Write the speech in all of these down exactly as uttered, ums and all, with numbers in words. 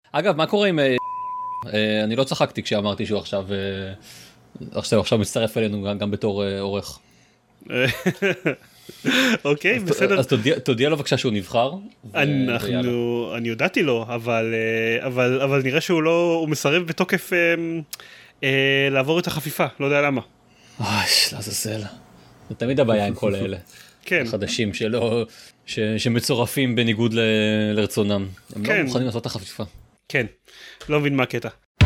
אגב, מה קורה עם... אני לא צחקתי כשאמרתי שהוא עכשיו... עכשיו, עכשיו מצטרף אלינו גם, גם בתור עורך. אוקיי, בסדר. אז תודיע לו בבקשה שהוא נבחר. אנחנו, אני יודעתי לו, אבל, אבל, אבל נראה שהוא לא, הוא מסרב בתוקף לעבור את החפיפה, לא יודע למה. אוי, לעזאזל. זה תמיד הבעיה עם כל אלה. כן. החדשים שלא, שמצורפים בניגוד לרצונם. הם לא מוכנים לעשות את החפיפה. כן, לא מבין מה הקטע.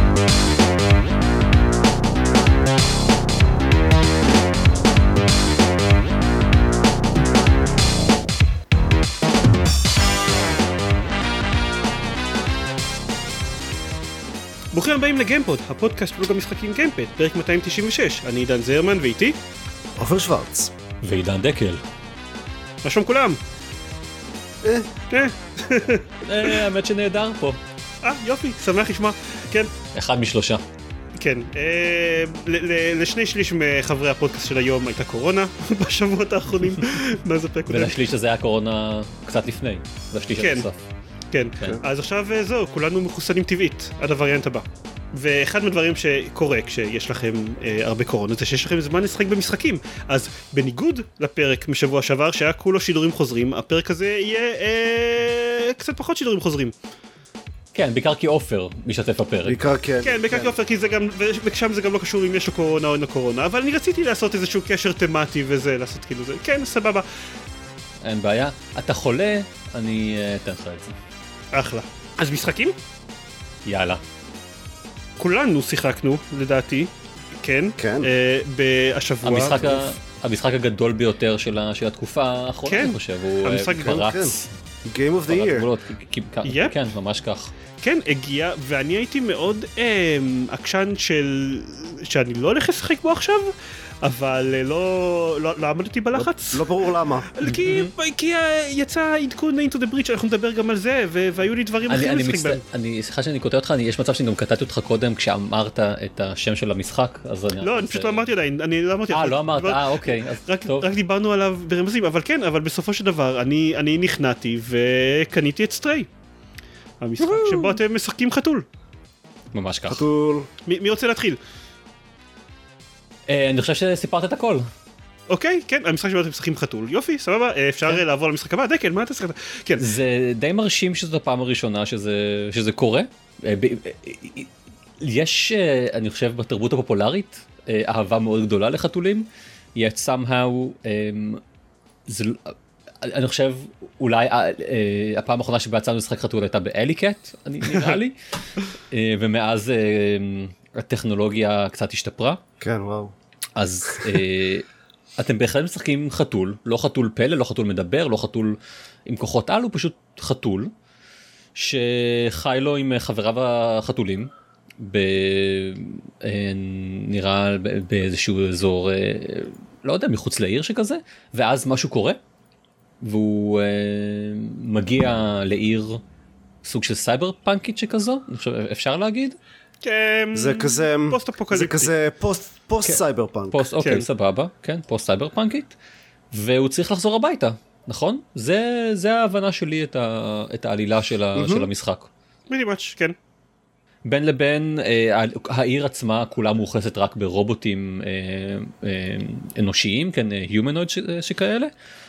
ברוכים הבאים לגיימפוד, הפודקאסט פלוג המשחקים גיימפד, פרק מאתיים תשעים ושש. אני עידן זרמן ואיתי עופר שוורץ ועידן דקל. מה שלום כולם? אה, אה, האמת שנהדר פה. אה, יופי, שמח לשמוע. כן. אחד משלושה. כן, לשני שליש מחברי הפודקאסט של היום הייתה קורונה בשבועות האחרונים. ולשליש הזה היה קורונה קצת לפני, לשליש הנוסף. כן, אז עכשיו זהו, כולנו מחוסנים טבעית עד הווריאנט הבא. ואחד מהדברים שקורה כשיש לכם הרבה קורונה זה שיש לכם זמן לשחק במשחקים. אז בניגוד לפרק משבוע שעבר שהיה כולו שידורים חוזרים, הפרק הזה יהיה קצת פחות שידורים חוזרים. כן, בעיקר כי אופר משתף הפרק. בעיקר כן. כן, בעיקר כי אופר, כי זה גם, ושם זה גם לא קשור אם יש לו קורונה או אין לו קורונה, אבל אני רציתי לעשות איזשהו קשר תמטי וזה, לעשות כאילו זה, כן, סבבה. אין בעיה. אתה חולה, אני אתן לך את זה. אחלה. אז משחקים? יאללה. כולנו שיחקנו, לדעתי, כן? כן. בהשבוע. המשחק, ה... המשחק הגדול ביותר של, ה... של התקופה האחרונה, כן. אני חושב. הוא המשחק פרץ. Game of the Year. Yep. כן, ממש כך. כן, הגיע, ואני הייתי מאוד אה, עקשן של... שאני לא הולך לשחק בו עכשיו, אבל לא, לא, לא עמדתי בלחץ. לא, לא ברור למה. כי, כי יצא עדכון Into the Breach, אנחנו נדבר גם על זה, והיו לי דברים אחרים לשחק בהם. אני, סליחה שאני קוטע אותך, יש מצב שאני גם קטעתי אותך קודם כשאמרת את השם של המשחק, אז אני... לא, אני פשוט לא אמרתי עדיין, אני לא אמרתי... אה, לא אמרת, אה, אוקיי, אז טוב. רק דיברנו עליו ברמזים, אבל כן, אבל בסופו של דבר, אני נכנעתי וקניתי את סטריי. המשחק שבו אתם משחקים חתול. ממש כך. חתול. מי רוצה להתחיל? אני חושב שסיפרת את הכל. אוקיי, כן, המשחק שבו אתם משחקים חתול. יופי, סבבה, אפשר לעבור למשחק הבא. דקל, מה אתה שחקת? כן. זה די מרשים שזאת הפעם הראשונה שזה קורה. יש, אני חושב, בתרבות הפופולרית, אהבה מאוד גדולה לחתולים. yet somehow, אני חושב, אולי הפעם האחרונה שבה יצאנו לשחק חתול הייתה באליקט, נראה לי. ומאז הטכנולוגיה קצת השתפרה. כן, וואו. אז אתם בהחלט משחקים חתול, לא חתול פלא, לא חתול מדבר, לא חתול עם כוחות על, הוא פשוט חתול, שחי לו עם חבריו החתולים, נראה באיזשהו אזור, לא יודע, מחוץ לעיר שכזה, ואז משהו קורה, והוא מגיע לעיר סוג של סייבר פאנקית שכזו, אפשר להגיד? זה כזה פוסט אפוקליפטי. זה כזה פוסט פוסט סייבר פאנק. פוסט, אוקיי, סבבה, כן, פוסט סייבר פאנקית, והוא צריך לחזור הביתה, נכון? זה זה ההבנה שלי את ה את העלילה של המשחק. מינימץ', כן. בין לבין העיר עצמה כולה מאוכלסת רק ברובוטים אנושיים, כן, הומנויד שכאלה.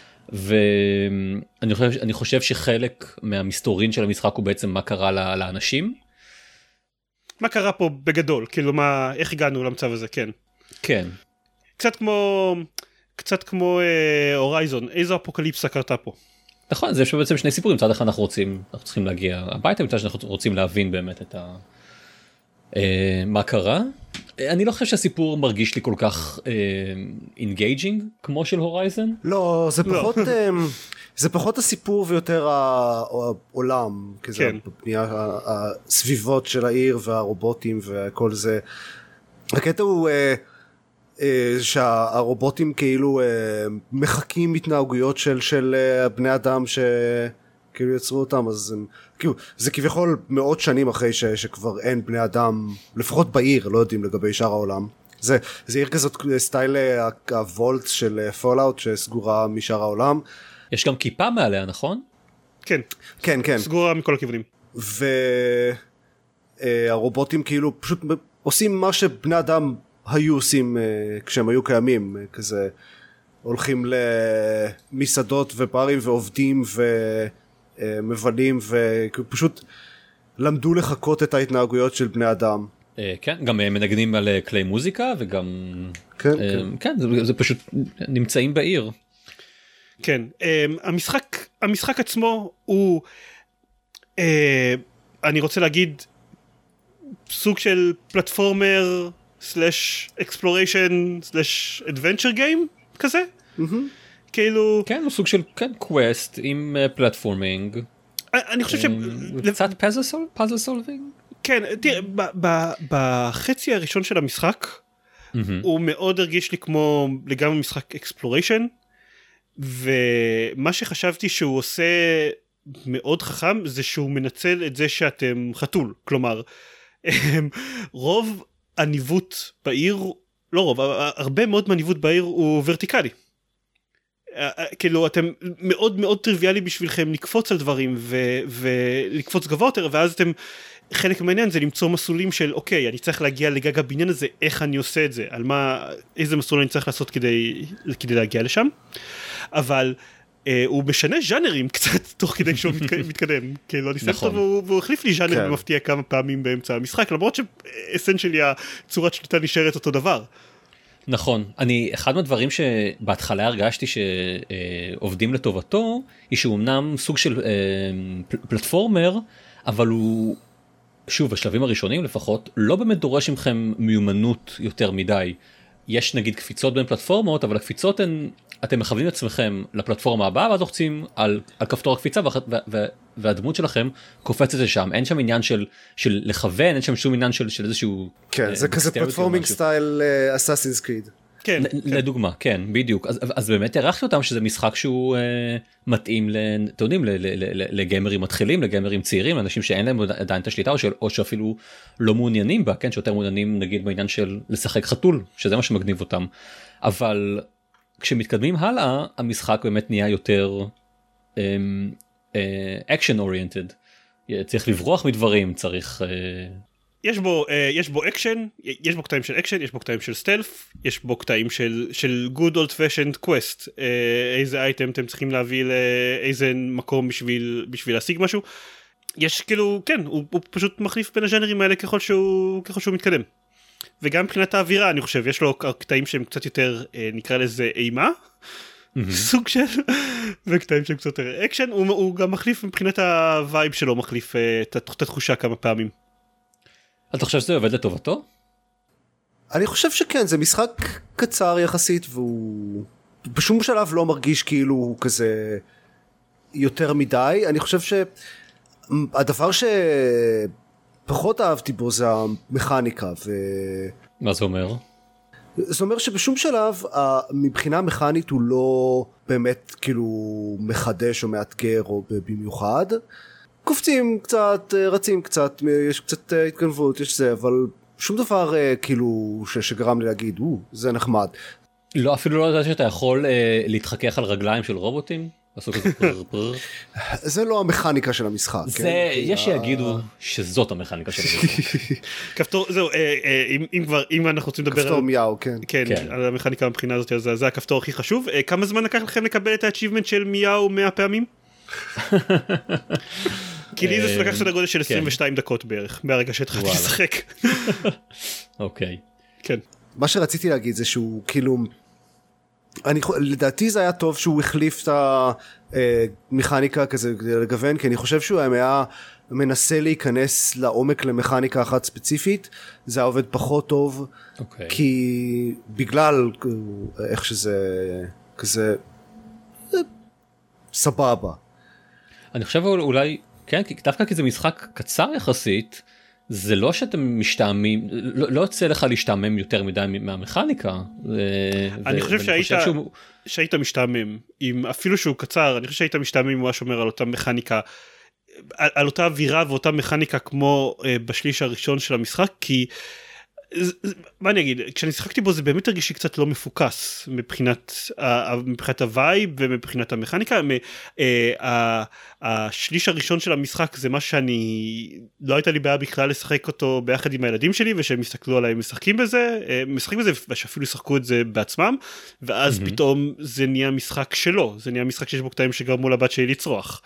ואני חושב אני חושב שחלק מהמסתורין של המשחק הוא בעצם מה קרה לאנשים. מה קרה פה בגדול? כאילו מה, איך הגענו למצב הזה? כן. כן. קצת כמו, קצת כמו הורייזון, איזו אפוקליפסה קרתה פה? נכון, זה בעצם שני סיפורים, מצד אחד אנחנו רוצים, אנחנו צריכים להגיע הביתה, מצד שאנחנו רוצים להבין באמת את ה... מה קרה. אני לא חושב שהסיפור מרגיש לי כל כך אינגייג'ינג כמו של הורייזון. לא, זה פחות... זה פחות הסיפור ויותר העולם, כזה, כן. בבנייה, הסביבות של העיר והרובוטים וכל זה. הקטע הוא אה, אה, שהרובוטים כאילו אה, מחקים התנהגויות של, של אה, בני אדם שכאילו יצרו אותם, אז הם, כאילו, זה כביכול מאות שנים אחרי ש, שכבר אין בני אדם, לפחות בעיר, לא יודעים לגבי שאר העולם. זה, זה עיר כזאת סטייל הוולט של פולאוט שסגורה משאר העולם. יש גם כיפה מעליה, נכון? כן. כן, כן. סגורה מכל הכיוונים. ו... הרובוטים כאילו פשוט עושים מה שבני אדם היו עושים כשהם היו קיימים, כזה הולכים למסעדות וברים ועובדים ומבלים ופשוט למדו לחכות את ההתנהגויות של בני אדם. כן, גם מנגנים על כלי מוזיקה וגם כן, כן. כן, זה פשוט נמצאים בעיר. כן, המשחק המשחק עצמו הוא אני רוצה להגיד סוג של פלטפורמר סלש אקספלוריישן סלש אדוונצ'ר גיים כזה, כאילו כן, הוא סוג של קווסט עם פלטפורמינג, אני חושב ש... קצת פאזל סולבינג. כן, תראה, בחצי הראשון של המשחק הוא מאוד הרגיש לי כמו לגמרי משחק אקספלוריישן, ומה שחשבתי שהוא עושה מאוד חכם זה שהוא מנצל את זה שאתם חתול, כלומר רוב הניווט בעיר, לא רוב, הרבה מאוד מהניווט בעיר הוא ורטיקלי, כאילו אתם מאוד מאוד טריוויאלי בשבילכם לקפוץ על דברים ולקפוץ גבוה יותר, ואז אתם, חלק מהעניין זה למצוא מסלולים של אוקיי, אני צריך להגיע לגג הבניין הזה, איך אני עושה את זה, על מה, איזה מסלול אני צריך לעשות כדי, כדי להגיע לשם, אבל אה, הוא משנה ז'אנרים קצת תוך כדי שהוא מתקדם, כאילו אני סיימת והוא, והוא החליף לי ז'אנר כן. ומפתיע כמה פעמים באמצע המשחק, למרות שאסנשלי הצורת שליטה נשארת אותו דבר. נכון, אני, אחד מהדברים שבהתחלה הרגשתי שעובדים לטובתו, היא שהוא אמנם סוג של אה, פלטפורמר, אבל הוא, שוב, בשלבים הראשונים לפחות, לא באמת דורש מכם מיומנות יותר מדי. יש נגיד קפיצות בין פלטפורמות, אבל הקפיצות הן, אתם מכוונים עצמכם לפלטפורמה הבאה, ואז לוחצים על, על כפתור הקפיצה, ו, ו, ו, והדמות שלכם קופצת לשם. אין שם עניין של, של לכוון, אין שם שום עניין של, של איזשהו... כן, uh, זה כזה פלטפורמינג סטייל אסאסינס קריד. כן, לדוגמה, כן, בדיוק. אז, אז באמת הערכתי אותם שזה משחק שהוא uh, מתאים, אתם יודעים, לגיימרים מתחילים, לגיימרים צעירים, אנשים שאין להם עדיין את השליטה, או, של, או שאפילו לא מעוניינים בה, כן, שיותר מעוניינים נגיד בעניין של לשחק חתול, שזה מה שמגניב אותם. אבל כשמתקדמים הלאה, המשחק באמת נהיה יותר אקשן אוריינטד. צריך לברוח מדברים, צריך... Uh, יש בו, יש בו אקשן, יש בו קטעים של אקשן, יש בו קטעים של סטלף, יש בו קטעים של, של good old fashioned quest, איזה אייטם אתם צריכים להביא לאיזה מקום בשביל, בשביל להשיג משהו. יש כאילו, כן, הוא, הוא פשוט מחליף בין הז'אנרים האלה ככל שהוא, ככל שהוא מתקדם. וגם מבחינת האווירה, אני חושב, יש לו קטעים שהם קצת יותר, נקרא לזה אימה, סוג של, וקטעים שהם קצת יותר אקשן, הוא, הוא גם מחליף מבחינת הווייב שלו, מחליף את התחושה כמה פעמים. אתה חושב שזה עובד לטובתו? אני חושב שכן, זה משחק קצר יחסית, והוא בשום שלב לא מרגיש כאילו הוא כזה יותר מדי. אני חושב שהדבר שפחות אהבתי בו זה המכניקה. ו... מה זה אומר? זה אומר שבשום שלב מבחינה מכנית הוא לא באמת כאילו מחדש או מאתגר או במיוחד. קופצים קצת, רצים קצת, יש קצת התגנבות, יש זה, אבל שום דבר כאילו שגרם לי להגיד, או, זה נחמד. לא, אפילו לא יודעת שאתה יכול אה, להתחכך על רגליים של רובוטים? לעשות כזה פרר פרר? זה לא המכניקה של המשחק. זה, כן? יש שיגידו שזאת המכניקה של המשחק. כפתור, זהו, אה, אה, אם, אם כבר, אם אנחנו רוצים לדבר... כפתור על... מיהו, כן. כן, כן. על המכניקה מבחינה הזאת, זה, זה הכפתור הכי חשוב. אה, כמה זמן לקח לכם לקבל את ה-achievement של מיהו מאה פעמים? כי לי זה לקח סדר גודל של עשרים ושתיים דקות בערך, מהרגע שהתחלתי לשחק. אוקיי. כן. מה שרציתי להגיד זה שהוא כאילו, לדעתי זה היה טוב שהוא החליף את המכניקה כזה לגוון, כי אני חושב שהוא היה מנסה להיכנס לעומק למכניקה אחת ספציפית, זה היה עובד פחות טוב, כי בגלל איך שזה כזה סבבה. אני חושב אולי, כן, דווקא כי זה משחק קצר יחסית, זה לא שאתם משתעמים, לא, לא יוצא לך להשתעמם יותר מדי מהמכניקה. אני חושב שהיית, שהוא... שהיית משתעמם, עם, אפילו שהוא קצר, אני חושב שהיית משתעמם אם הוא היה שומר על אותה מכניקה, על, על אותה אווירה ואותה מכניקה כמו uh, בשליש הראשון של המשחק, כי מה אני אגיד, כשאני שיחקתי בו זה באמת הרגיש לי קצת לא מפוקס מבחינת מבחינת הווייב ומבחינת המכניקה. השליש הראשון של המשחק זה מה שאני לא הייתה לי בעיה בכלל לשחק אותו ביחד עם הילדים שלי, ושהם הסתכלו עליי משחקים בזה משחקים בזה ושאפילו ישחקו את זה בעצמם, ואז פתאום זה נהיה משחק שלו, זה נהיה משחק שיש בו קטעים שגרמו לבת שלי לצרוח.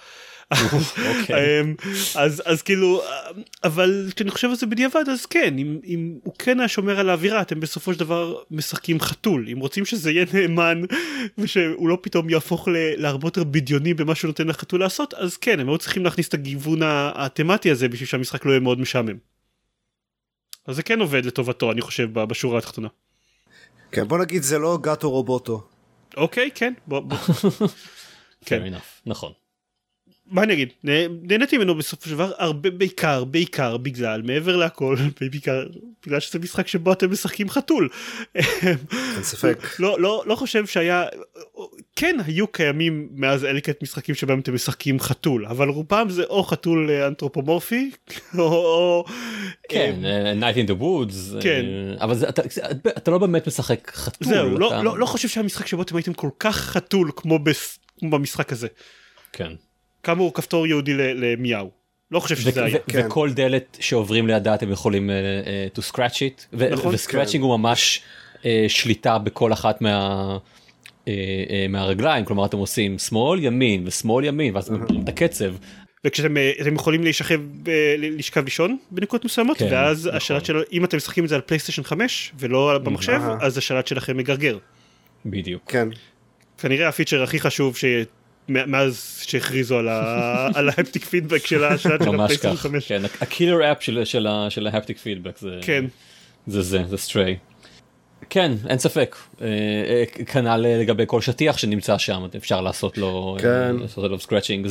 אז אז כאילו, אבל כשאני חושב על זה בדיעבד, אז כן, אם אם הוא כן היה שומר על האווירה, אתם בסופו של דבר משחקים חתול. אם רוצים שזה יהיה נאמן ושהוא לא פתאום יהפוך להרבה יותר בדיוני במה שהוא נותן לחתול לעשות, אז כן, הם מאוד צריכים להכניס את הגיוון התמטי הזה בשביל שהמשחק לא יהיה מאוד משעמם. אז זה כן עובד לטובתו, אני חושב, בשורה התחתונה. כן, בוא נגיד, זה לא גאטו רובוטו. אוקיי, כן, בוא. כן, נכון. מה אני אגיד, נהניתי ממנו בסופו של דבר, הרבה בעיקר, בעיקר בגלל, מעבר להכל, בעיקר בגלל שזה משחק שבו אתם משחקים חתול. אין ספק. לא, לא, לא חושב שהיה, כן היו קיימים מאז אליקט משחקים שבהם אתם משחקים חתול, אבל רובם זה או חתול אנתרופומורפי, או... כן, Night in the Woods, כן. אבל אתה לא באמת משחק חתול. זהו, לא חושב שהמשחק שבו אתם הייתם כל כך חתול כמו במשחק הזה. כן. כמה הוא כפתור יהודי למיהו. לא חושב שזה היה. וכל דלת שעוברים לידה אתם יכולים to scratch it, וסקרצ'ינג הוא ממש שליטה בכל אחת מהרגליים, כלומר אתם עושים שמאל ימין ושמאל ימין, ואז אתם מביאים את הקצב. וכשאתם יכולים להישכב, לשכב לישון בנקודות מסוימות, ואז השלט שלו, אם אתם משחקים את זה על פלייסטיישן חמש ולא במחשב, אז השלט שלכם מגרגר. בדיוק. כן. כנראה הפיצ'ר הכי חשוב ש... מאז שהכריזו על ההפטיק פידבק של השלט של הפלייסטיישן חמש. כן, הקילר אפ של ההפטיק פידבק זה זה, זה סטריי. כן, אין ספק. כנ"ל לגבי כל שטיח שנמצא שם, אפשר לעשות לו סקרצ'ינג.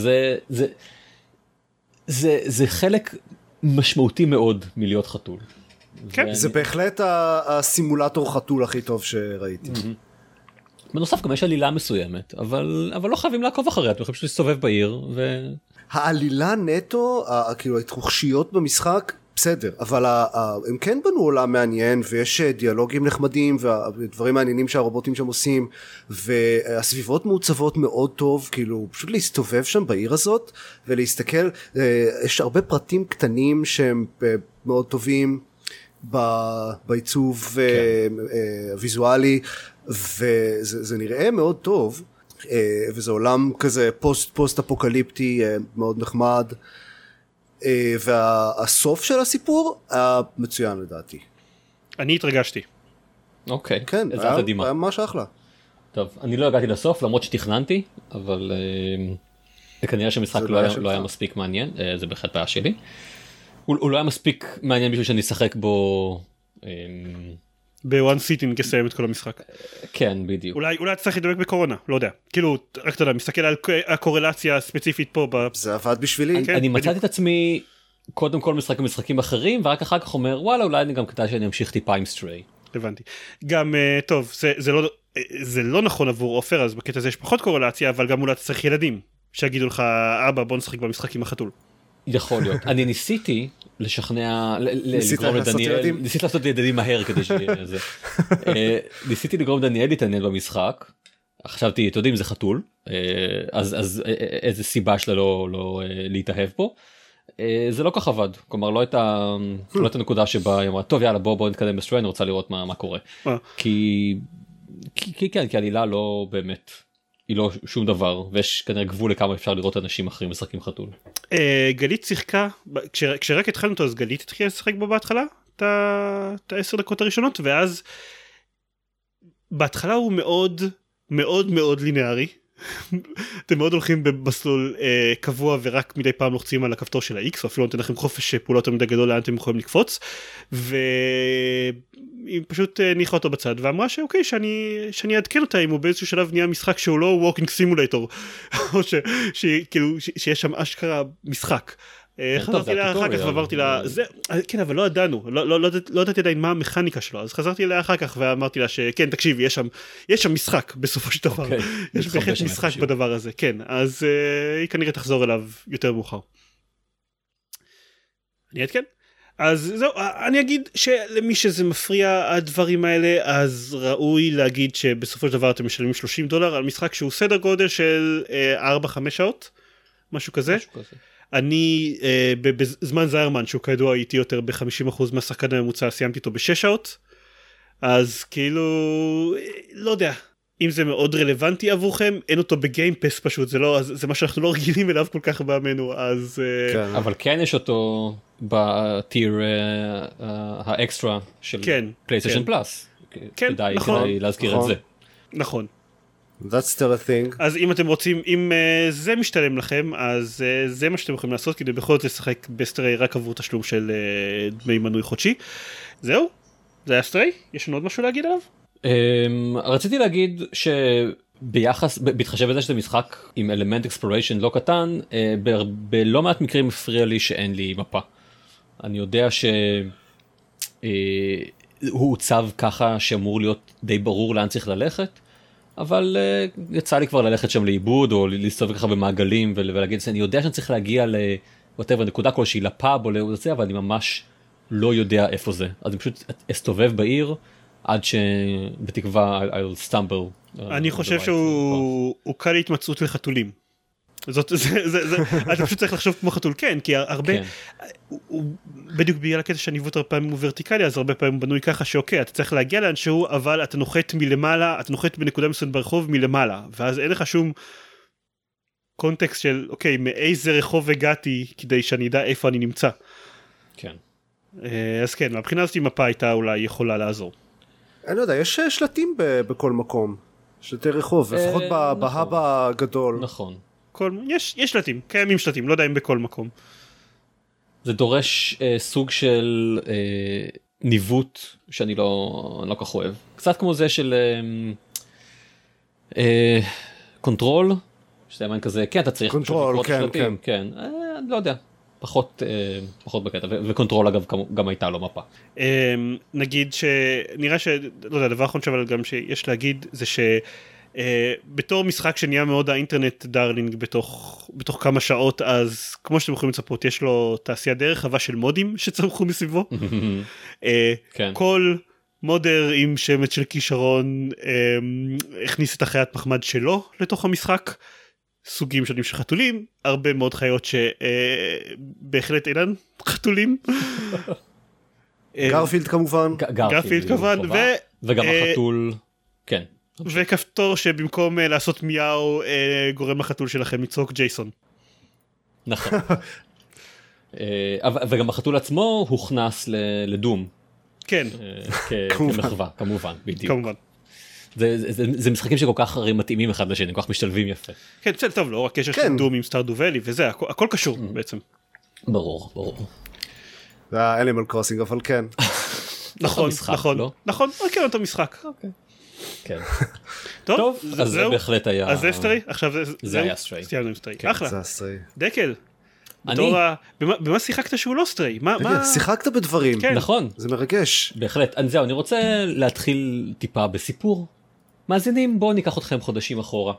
זה חלק משמעותי מאוד מלהיות חתול. זה בהחלט הסימולטור חתול הכי טוב שראיתי. בנוסף גם יש עלילה מסוימת, אבל אבל לא חייבים לעקוב אחריה, אתם יכולים להסתובב בעיר ו... העלילה נטו, כאילו ההתרחשויות במשחק, בסדר, אבל הם כן בנו עולם מעניין, ויש דיאלוגים נחמדים, ודברים מעניינים שהרובוטים שם עושים, והסביבות מעוצבות מאוד טוב, כאילו פשוט להסתובב שם בעיר הזאת, ולהסתכל, יש הרבה פרטים קטנים שהם מאוד טובים, בעיצוב ויזואלי, וזה נראה מאוד טוב, וזה עולם כזה פוסט פוסט אפוקליפטי מאוד נחמד, והסוף של הסיפור היה מצוין לדעתי. אני התרגשתי. אוקיי, כן, היה ממש אחלה. טוב, אני לא הגעתי לסוף למרות שתכננתי, אבל כנראה שהמשחק לא היה מספיק מעניין, זה בהחלט בעיה שלי. הוא לא היה מספיק מעניין בשביל שאני אשחק בו בוואן סיטינג כסיים את כל המשחק. כן, בדיוק. אולי אולי צריך לדבק בקורונה, לא יודע. כאילו, רק אתה יודע, מסתכל על הקורלציה הספציפית פה. זה עבד בשבילי. אני מצאתי את עצמי קודם כל משחק במשחקים אחרים, ורק אחר כך אומר, וואלה, אולי אני גם כדאי שאני אמשיך טיפה עם סטריי. הבנתי. גם, טוב, זה לא זה לא נכון עבור אופר, אז בקטע הזה יש פחות קורלציה, אבל גם אולי אתה צריך ילדים, שיגידו לך, אבא, בוא נשחק במשחק עם החתול. יכול להיות. אני ניסיתי לשכנע, לגרום לדניאל, ניסיתי לעשות ילדים מהר כדי שיהיה זה. ניסיתי לגרום דניאל להתעניין במשחק, חשבתי, אתה יודעים, זה חתול, אז איזה סיבה שלה לא להתאהב פה. זה לא כך עבד, כלומר לא הייתה נקודה שבה היא אמרה, טוב יאללה בוא נתקדם בסטריי, אני רוצה לראות מה קורה. כי כן, כי העלילה לא באמת, היא לא שום דבר, ויש כנראה גבול לכמה אפשר לראות אנשים אחרים משחקים חתול. גלית שיחקה, כשרק התחלנו אותו אז גלית התחילה לשחק בו בהתחלה, את העשר דקות הראשונות, ואז בהתחלה הוא מאוד מאוד מאוד לינארי, אתם מאוד הולכים במסלול אה, קבוע ורק מדי פעם לוחצים על הכפתור של ה-X, או אפילו נותן לכם חופש פעולות יותר מדי גדול לאן אתם יכולים לקפוץ, והיא פשוט אה, ניחה אותו בצד ואמרה שאוקיי, שאני, שאני אעדכן אותה אם הוא באיזשהו שלב נהיה משחק שהוא לא Walking Simulator, או ש, ש, כאילו, ש, שיש שם אשכרה משחק. חזרתי לה אחר כך ואמרתי לה, כן, אבל לא ידענו, לא ידעתי עדיין מה המכניקה שלו, אז חזרתי לה אחר כך ואמרתי לה שכן, תקשיבי, יש שם משחק בסופו של דבר, יש בהחלט משחק בדבר הזה, כן, אז היא כנראה תחזור אליו יותר מאוחר. אני אעדכן. אז זהו, אני אגיד שלמי שזה מפריע הדברים האלה, אז ראוי להגיד שבסופו של דבר אתם משלמים שלושים דולר על משחק שהוא סדר גודל של ארבע חמש שעות, משהו כזה. משהו כזה. אני אה, בזמן זיירמן, שהוא כידוע איתי יותר ב-חמישים אחוז מהשחקן הממוצע, סיימתי אותו בשש שעות, אז כאילו, לא יודע, אם זה מאוד רלוונטי עבורכם, אין אותו בגיימפס פשוט, זה, לא, זה מה שאנחנו לא רגילים אליו כל כך בעמנו, אז... כן. אה... אבל כן יש אותו בטיר uh, uh, האקסטרה של כן, פלייסטיישן פלאס. כן, כדאי, נכון. כדאי להזכיר נכון. את זה. נכון. That's still a thing. אז אם אתם רוצים, אם uh, זה משתלם לכם, אז uh, זה מה שאתם יכולים לעשות, כדי בכל זאת לשחק בסטריי רק עבור תשלום של uh, דמי מנוי חודשי. זהו? זה היה סטריי? יש לנו עוד משהו להגיד עליו? Um, רציתי להגיד שביחס, בהתחשב בזה שזה משחק עם אלמנט אקספלוריישן לא קטן, uh, ב- בלא מעט מקרים מפריע לי שאין לי מפה. אני יודע שהוא עוצב ככה שאמור להיות די ברור לאן צריך ללכת, אבל uh, יצא לי כבר ללכת שם לאיבוד או להסתובב ככה במעגלים ולהגיד שאני יודע שאני צריך להגיע לווטאבר נקודה כלשהי לפאב או לזה, אבל אני ממש לא יודע איפה זה, אז אני פשוט אסתובב בעיר עד שבתקווה I'll stumble. אני חושב שהוא קל להתמצאות לחתולים. זאת, זה, זה, זה, אתה פשוט צריך לחשוב כמו חתול, כן, כי הרבה, כן. הוא, הוא, בדיוק בגלל הקטע שהניווט הרבה פעמים הוא ורטיקלי, אז הרבה פעמים בנוי ככה שאוקיי, אתה צריך להגיע לאן שהוא, אבל אתה נוחת מלמעלה, אתה נוחת בנקודה מסוימת ברחוב מלמעלה, ואז אין לך שום קונטקסט של, אוקיי, מאיזה רחוב הגעתי, כדי שאני אדע איפה אני נמצא. כן. אז כן, מהבחינה הזאת מפה הייתה אולי יכולה לעזור. אני לא יודע, יש שלטים בכל מקום, שלטי רחוב, לפחות בהאב הגדול. נכון. כל, יש, יש שלטים, קיימים שלטים, לא יודע אם בכל מקום. זה דורש אה, סוג של אה, ניווט שאני לא, לא כך אוהב. קצת כמו זה של אה, אה, קונטרול, שזה מן כזה, כן, אתה צריך קונטרול, כן, שלטים, כן. כן. אה, לא יודע, פחות, אה, פחות בקטע, ו- וקונטרול אגב גם הייתה לו מפה. אה, נגיד שנראה ש... לא יודע, הדבר האחרון אבל גם שיש להגיד זה ש... Uh, בתור משחק שנהיה מאוד האינטרנט דארלינג בתוך, בתוך כמה שעות, אז כמו שאתם יכולים לצפות, יש לו תעשייה די רחבה של מודים שצמחו מסביבו. uh, כן. כל מודר עם שמץ של כישרון uh, הכניס את החיית מחמד שלו לתוך המשחק, סוגים שונים של חתולים, הרבה מאוד חיות שבהחלט uh, אינן חתולים. גרפילד כמובן. גרפילד כמובן. ו... וגם uh, החתול, כן. וכפתור שבמקום לעשות מיאו גורם לחתול שלכם לצעוק ג'ייסון. נכון. וגם החתול עצמו הוכנס לדום. כן. כמחווה, כמובן, בדיוק. כמובן. זה משחקים שכל כך הרי מתאימים אחד לשני, כל כך משתלבים יפה. כן, בסדר, טוב, לא רק קשר של דום עם סטארדו ואלי, וזה, הכל קשור בעצם. ברור, ברור. זה האנימל קרוסינג, אבל כן. נכון, נכון, נכון, כן, אותו משחק. אוקיי. כן. טוב, אז זה בהחלט היה... אז זה סטרי? עכשיו זה היה סטרי. סיימנו עם סטרי. אחלה. זה הסטרי. דקל. אני? במה שיחקת שהוא לא סטרי? שיחקת בדברים. נכון. זה מרגש. בהחלט. זהו, אני רוצה להתחיל טיפה בסיפור. מאזינים, בואו ניקח אתכם חודשים אחורה.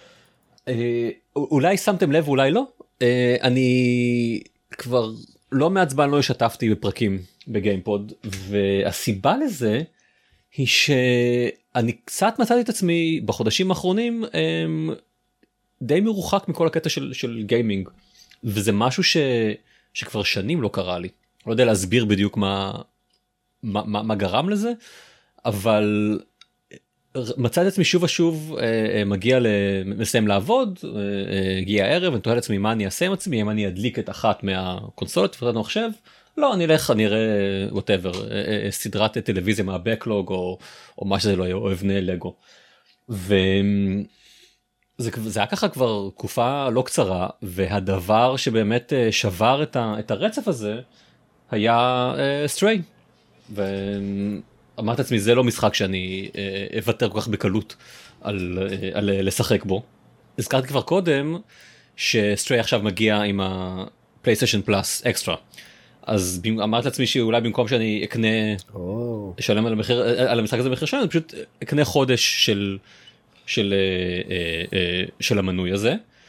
אולי שמתם לב, אולי לא. אני כבר לא מעצבן לא השתתפתי בפרקים בגיימפוד, והסיבה לזה היא שאני קצת מצאתי את עצמי בחודשים האחרונים די מרוחק מכל הקטע של, של גיימינג, וזה משהו ש, שכבר שנים לא קרה לי. לא יודע להסביר בדיוק מה, מה, מה, מה גרם לזה, אבל מצאתי את עצמי שוב ושוב מגיע לסיים לעבוד, הגיע הערב, אני תוהה לעצמי מה אני אעשה עם עצמי, אם אני אדליק את אחת מהקונסולות ותנו מחשב, לא, אני אלך, אני אראה whatever, סדרת טלוויזיה מהבקלוג, או, או מה שזה לא יהיה, או אבני לגו. וזה זה היה ככה כבר תקופה לא קצרה, והדבר שבאמת שבר את, ה, את הרצף הזה, היה סטריי. ואמרתי לעצמי, זה לא משחק שאני אוותר כל כך בקלות על, על לשחק בו. הזכרתי כבר קודם, שסטריי עכשיו מגיע עם הפלייסטיישן פלאס אקסטרה. אז אמרתי לעצמי שאולי במקום שאני אקנה, אשלם על המחיר, על המשחק הזה מחיר שלנו, אני פשוט אקנה חודש של, של, של המנוי הזה.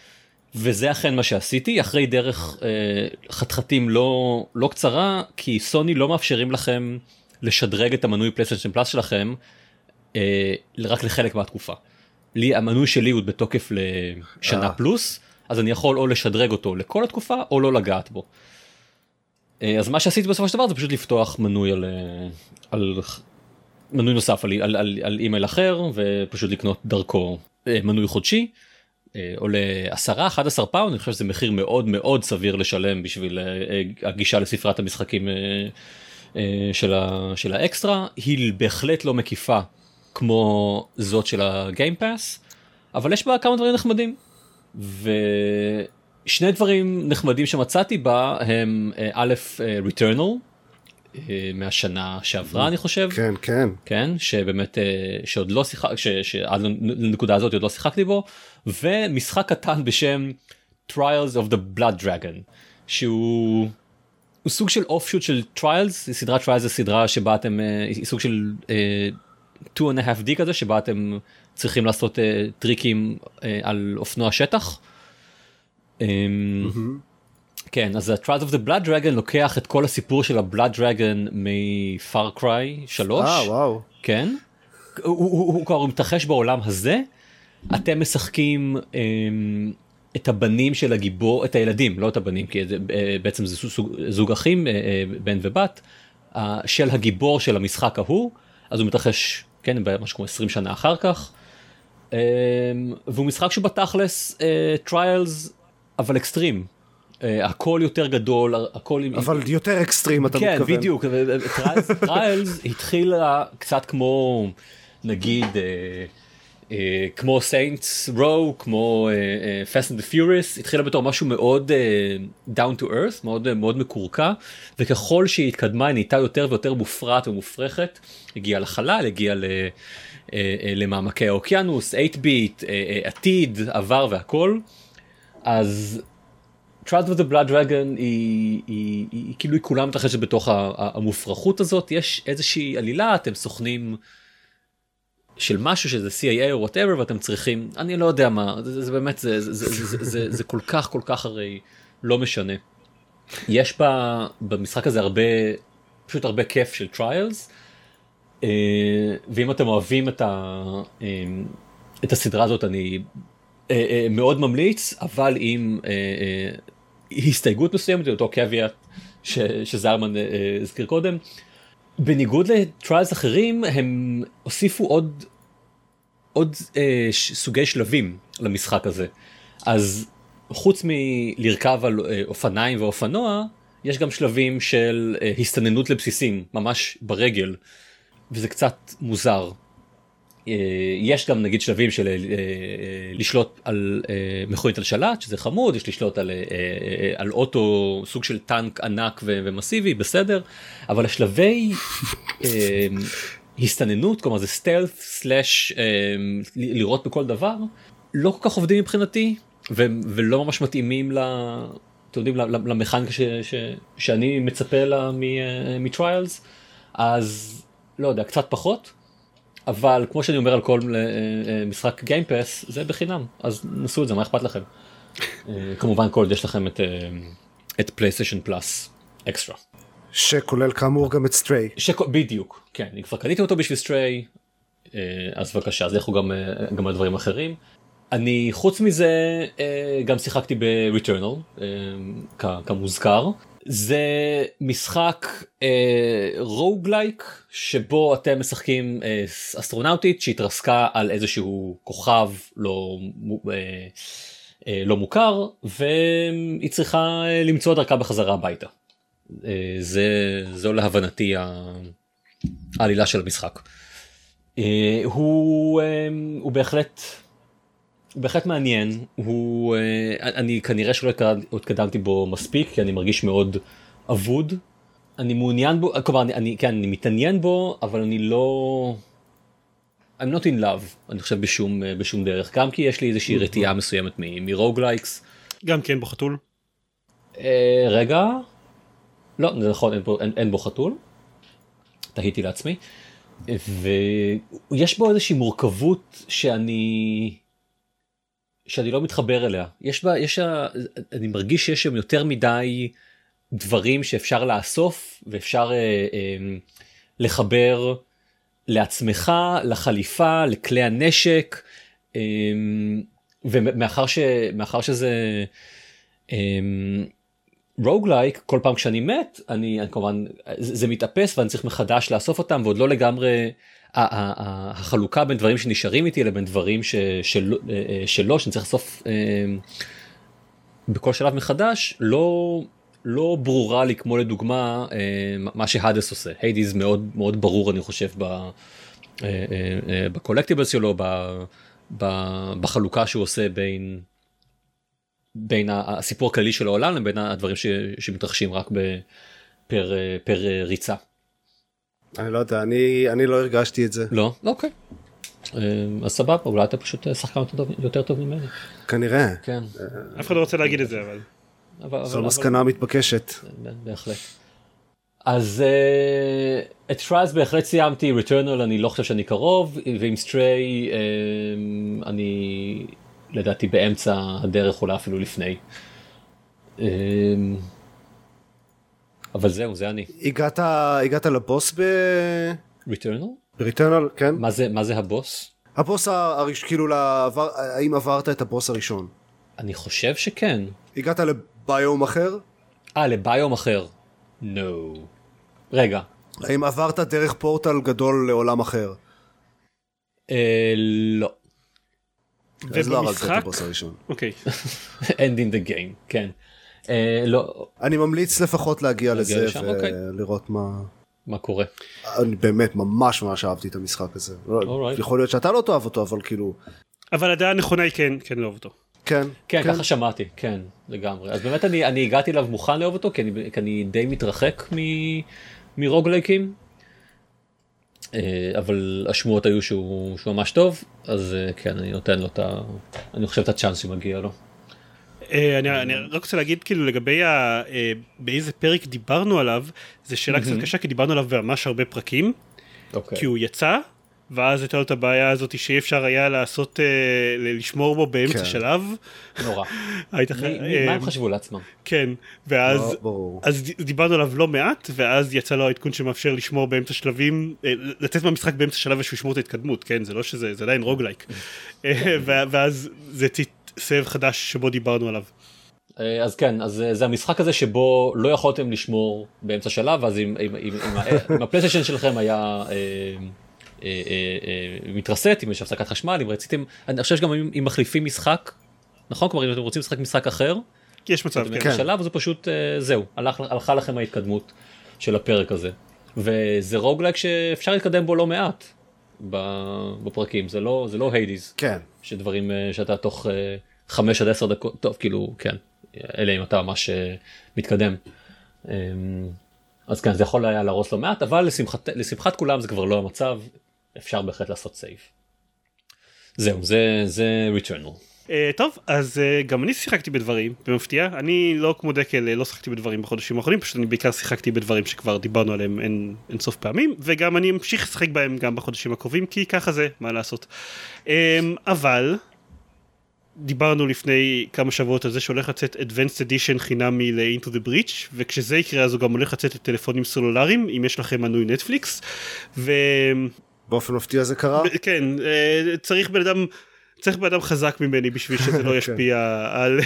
וזה אכן מה שעשיתי, אחרי דרך אה, חתחתים לא, לא קצרה, כי סוני לא מאפשרים לכם לשדרג את המנוי פלייסטיישן פלאס שלכם, אה, רק לחלק מהתקופה. לי, המנוי שלי הוא בתוקף לשנה אה. פלוס, אז אני יכול או לשדרג אותו לכל התקופה, או לא לגעת בו. אה, אז מה שעשיתי בסופו של דבר זה פשוט לפתוח מנוי על, על מנוי נוסף על, על, על, על אימייל אחר, ופשוט לקנות דרכו אה, מנוי חודשי, עולה עשרה, אחד עשר פאונד, אני חושב שזה מחיר מאוד מאוד סביר לשלם בשביל הגישה לספרת המשחקים של, ה, של האקסטרה. היא בהחלט לא מקיפה כמו זאת של הגיימפאס, אבל יש בה כמה דברים נחמדים. ושני דברים נחמדים שמצאתי בה הם א', Returnal, מהשנה שעברה אני חושב. כן, כן. כן, שבאמת, שעוד לא שיחק, שעד לנקודה הזאת עוד לא שיחקתי בו, ומשחק קטן בשם Trials of the Blood Dragon, שהוא הוא סוג של אופשוט של Trials, סדרת Trials זה סדרה שבה אתם, היא סוג של two and a half D כזה, שבה אתם צריכים לעשות טריקים על אופנוע שטח. כן, אז ה-Trials of the Blood Dragon לוקח את כל הסיפור של ה-Blood Dragon מ-Far Cry שלוש. אה, וואו. כן. הוא, הוא, הוא כבר מתרחש בעולם הזה. אתם משחקים אמ, את הבנים של הגיבור, את הילדים, לא את הבנים, כי זה, בעצם זה זוג, זוג אחים, בן ובת, של הגיבור של המשחק ההוא. אז הוא מתרחש, כן, משהו כמו עשרים שנה אחר כך. אמ, והוא משחק שבתכלס, Trials, אבל אקסטרים. Uh, הכל יותר גדול, הכל... אבל יותר אקסטרים אתה כן, מתכוון. כן, בדיוק. טריילס התחילה קצת כמו, נגיד, uh, uh, כמו Saints Row, כמו uh, uh, Fast and the Furious, התחילה בתור משהו מאוד uh, down to earth, מאוד, uh, מאוד מקורקע, וככל שהיא התקדמה, היא נהייתה יותר ויותר מופרעת ומופרכת, הגיעה לחלל, הגיעה ל... uh, uh, למעמקי האוקיינוס, שמונה ביט, uh, uh, עתיד, עבר והכל. אז... Trials of the Blood Dragon היא, היא, היא, היא כאילו היא כולה מתרחשת בתוך המופרכות הזאת. יש איזושהי עלילה, אתם סוכנים של משהו שזה C I A או whatever, ואתם צריכים, אני לא יודע מה, זה, זה באמת, זה, זה, זה, זה, זה, זה כל כך כל כך הרי לא משנה. יש בה, במשחק הזה הרבה, פשוט הרבה כיף של Trials, ואם אתם אוהבים את, ה, את הסדרה הזאת, אני מאוד ממליץ, אבל עם הסתייגות מסוימת, אותו קוויאט שזרמן הזכיר קודם. בניגוד לטריילס אחרים, הם הוסיפו עוד, עוד סוגי שלבים למשחק הזה. אז חוץ מלרכב על אופניים ואופנוע, יש גם שלבים של הסתננות לבסיסים, ממש ברגל, וזה קצת מוזר. יש גם נגיד שלבים של לשלוט על מכונית על שלט, שזה חמוד, יש לשלוט על, על אוטו, סוג של טנק ענק ומסיבי, בסדר, אבל השלבי הסתננות, כלומר זה סטלף סלש לראות בכל דבר, לא כל כך עובדים מבחינתי, ולא ממש מתאימים ל... אתם יודעים, למכניקה ש, ש, שאני מצפה לה מטריילס, אז לא יודע, קצת פחות. אבל כמו שאני אומר על כל משחק גיימפאס, זה בחינם, אז נסו את זה, מה אכפת לכם? כמובן כל עוד יש לכם את, את פלייסטיישן פלאס אקסטרה. שכולל כאמור גם את סטריי. שכ... בדיוק, כן, אני כבר קניתי אותו בשביל סטריי, אז בבקשה, אז לכו גם, גם על דברים אחרים. אני חוץ מזה גם שיחקתי ב-Returnal, כמוזכר. זה משחק רוגלייק, אה, שבו אתם משחקים אה, אסטרונאוטית שהתרסקה על איזשהו כוכב לא, אה, אה, לא מוכר, והיא צריכה למצוא דרכה בחזרה הביתה. אה, זה, זו להבנתי העלילה של המשחק. אה, הוא, אה, הוא בהחלט... הוא בהחלט מעניין, הוא, אני כנראה שלא התקדמתי בו מספיק, כי אני מרגיש מאוד אבוד. אני מעוניין בו, כלומר, אני, אני, כן, אני מתעניין בו, אבל אני לא... I'm not in love, אני חושב בשום, בשום דרך, גם כי יש לי איזושהי רתיעה מסוימת מרוגלייקס. גם כי אין בו חתול? אה, רגע, לא, זה נכון, אין בו, אין, אין בו חתול, תהיתי לעצמי, ויש בו איזושהי מורכבות שאני... שאני לא מתחבר אליה. יש בה, יש, אני מרגיש שיש שם יותר מדי דברים שאפשר לאסוף, ואפשר אה, אה, לחבר לעצמך, לחליפה, לכלי הנשק, אה, ומאחר ש, מאחר שזה רוגלייק, כל פעם כשאני מת, אני, אני כמובן, זה, זה מתאפס ואני צריך מחדש לאסוף אותם, ועוד לא לגמרי, החלוקה בין דברים שנשארים איתי לבין דברים ש, של, שלא, שאני צריך לאסוף בכל שלב מחדש, לא, לא ברורה לי, כמו לדוגמה, מה שהאדס עושה. היידיז מאוד, מאוד ברור, אני חושב, בקולקטיבלס שלו, בחלוקה שהוא עושה בין, בין הסיפור הכללי של העולם, לבין הדברים ש, שמתרחשים רק בפר, פר ריצה. אני לא יודע, אני, אני לא הרגשתי את זה. לא? אוקיי. אז סבבה, אולי אתה פשוט שחקן יותר טוב ממני. כנראה. כן. אף אחד לא רוצה להגיד את זה, אבל... זו מסקנה מתבקשת. בהחלט. אז את טרייז בהחלט סיימתי, ריטרנל אני לא חושב שאני קרוב, ועם סטריי אני לדעתי באמצע הדרך, אולי אפילו לפני. אבל זהו, זה אני. הגעת, הגעת לבוס ב... ריטרנל? ריטרנל, כן. מה זה, מה זה הבוס? הבוס הראשון, כאילו, לעבר, האם עברת את הבוס הראשון? אני חושב שכן. הגעת לביום אחר? אה, לביום אחר. נו. No. רגע. האם עברת דרך פורטל גדול לעולם אחר? אה, לא. אז לא הרגת את הבוס הראשון. אוקיי. End in the game, כן. אה, לא. אני ממליץ לפחות להגיע לזה אוקיי. ולראות מה... מה קורה. אני באמת ממש ממש אהבתי את המשחק הזה. Alright. יכול להיות שאתה לא תאהב אותו, אבל כאילו... אבל הדעה הנכונה היא כן, כן לאהוב אותו. כן. כן, ככה שמעתי, כן, לגמרי. אז באמת אני, אני הגעתי אליו מוכן לאהוב אותו, כי אני, כי אני די מתרחק מ, מרוגלייקים. אבל השמועות היו שהוא, שהוא ממש טוב, אז כן, אני נותן לו את ה... אני חושב את הצ'אנס שמגיע לו. אני, אני רק רוצה להגיד כאילו לגבי ה, באיזה פרק דיברנו עליו, זה שאלה קצת קשה, כי דיברנו עליו ממש הרבה פרקים, כי הוא יצא, ואז הייתה לו את הבעיה הזאת שאי אפשר היה לעשות, לשמור בו באמצע שלב. נורא. מה הם חשבו לעצמם? כן, ואז דיברנו עליו לא מעט, ואז יצא לו העדכון שמאפשר לשמור באמצע שלבים, לצאת מהמשחק באמצע שלב ושהוא ישמור את ההתקדמות, כן, זה לא שזה, זה עדיין רוגלייק. ואז זה סבב חדש שבו דיברנו עליו. אז כן, אז זה המשחק הזה שבו לא יכולתם לשמור באמצע שלב, אז אם הפלייסטיישן שלכם היה... מתרסט, אם יש הפסקת חשמל, אם רציתם, אני חושב שגם אם מחליפים משחק, נכון? כלומר, אם אתם רוצים לשחק משחק אחר, יש מצב, כן. בשלב, זה פשוט, זהו, הלכה לכם ההתקדמות של הפרק הזה. וזה רוגלייק שאפשר להתקדם בו לא מעט בפרקים, זה לא, זה לא היידיז. כן. שדברים שאתה תוך חמש עד עשר דקות, טוב, כאילו, כן, אלה אם אתה ממש מתקדם. אז כן, זה יכול היה להרוס לא מעט, אבל לשמחת, לשמחת כולם זה כבר לא המצב, אפשר בהחלט לעשות סייב. זהו, זה, זה Returnal. Uh, טוב, אז uh, גם אני שיחקתי בדברים, במפתיע, אני לא כמו דקל, לא שיחקתי בדברים בחודשים האחרונים, פשוט אני בעיקר שיחקתי בדברים שכבר דיברנו עליהם אין, אין סוף פעמים, וגם אני אמשיך לשחק בהם גם בחודשים הקרובים, כי ככה זה, מה לעשות. Um, אבל... דיברנו לפני כמה שבועות על זה שהולך לצאת Advanced Edition חינמי ל-Into the Breach, וכשזה יקרה אז הוא גם הולך לצאת לטלפונים סלולריים, אם יש לכם מנוי נטפליקס, ו... באופן מפתיע זה קרה? כן, צריך בן אדם, צריך בן אדם חזק ממני בשביל שזה לא ישפיע על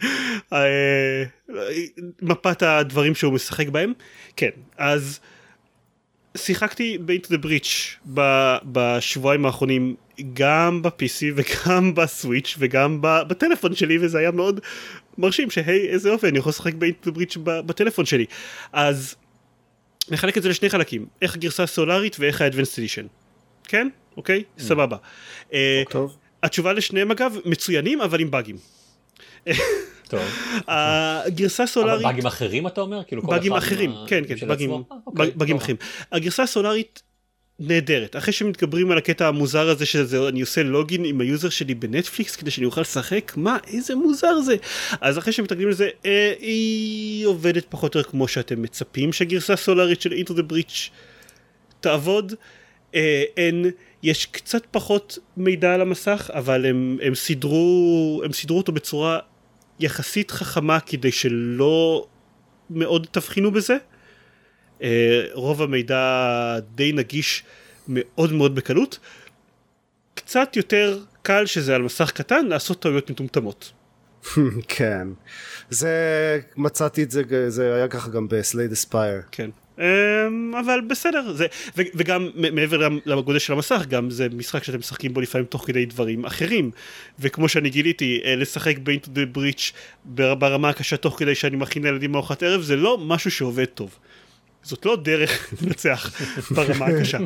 מפת הדברים שהוא משחק בהם. כן, אז שיחקתי ב-Into the Breach בשבועיים האחרונים, גם ב-פי סי וגם בסוויץ' וגם בטלפון שלי, וזה היה מאוד מרשים שהי, איזה אופן, אני יכול לשחק ב-Into the Breach בטלפון שלי. אז נחלק את זה לשני חלקים, איך הגרסה הסולארית ואיך ה-Advanced Edition. כן? אוקיי? סבבה. טוב. התשובה לשניהם אגב, מצוינים אבל עם באגים. טוב. הגרסה הסולארית... אבל באגים אחרים אתה אומר? באגים אחרים, כן, כן, באגים אחרים. הגרסה הסולארית נהדרת. אחרי שמתגברים על הקטע המוזר הזה שזה, אני עושה לוגין עם היוזר שלי בנטפליקס כדי שאני אוכל לשחק, מה, איזה מוזר זה. אז אחרי שמתגברים לזה, אה, היא עובדת פחות או יותר כמו שאתם מצפים שהגרסה הסולארית של Into the Breach תעבוד. אין, יש קצת פחות מידע על המסך, אבל הם, הם סידרו, הם סידרו אותו בצורה יחסית חכמה כדי שלא מאוד תבחינו בזה. רוב המידע די נגיש מאוד מאוד בקלות. קצת יותר קל שזה על מסך קטן לעשות טעויות מטומטמות. כן. זה, מצאתי את זה, זה היה ככה גם בסלייד אספייר. כן. אבל בסדר, זה, ו, וגם מעבר לגודל של המסך, גם זה משחק שאתם משחקים בו לפעמים תוך כדי דברים אחרים, וכמו שאני גיליתי, לשחק ב-Into the Breach ברמה הקשה תוך כדי שאני מכין לילדים ארוחת ערב, זה לא משהו שעובד טוב. זאת לא דרך לנצח ברמה הקשה.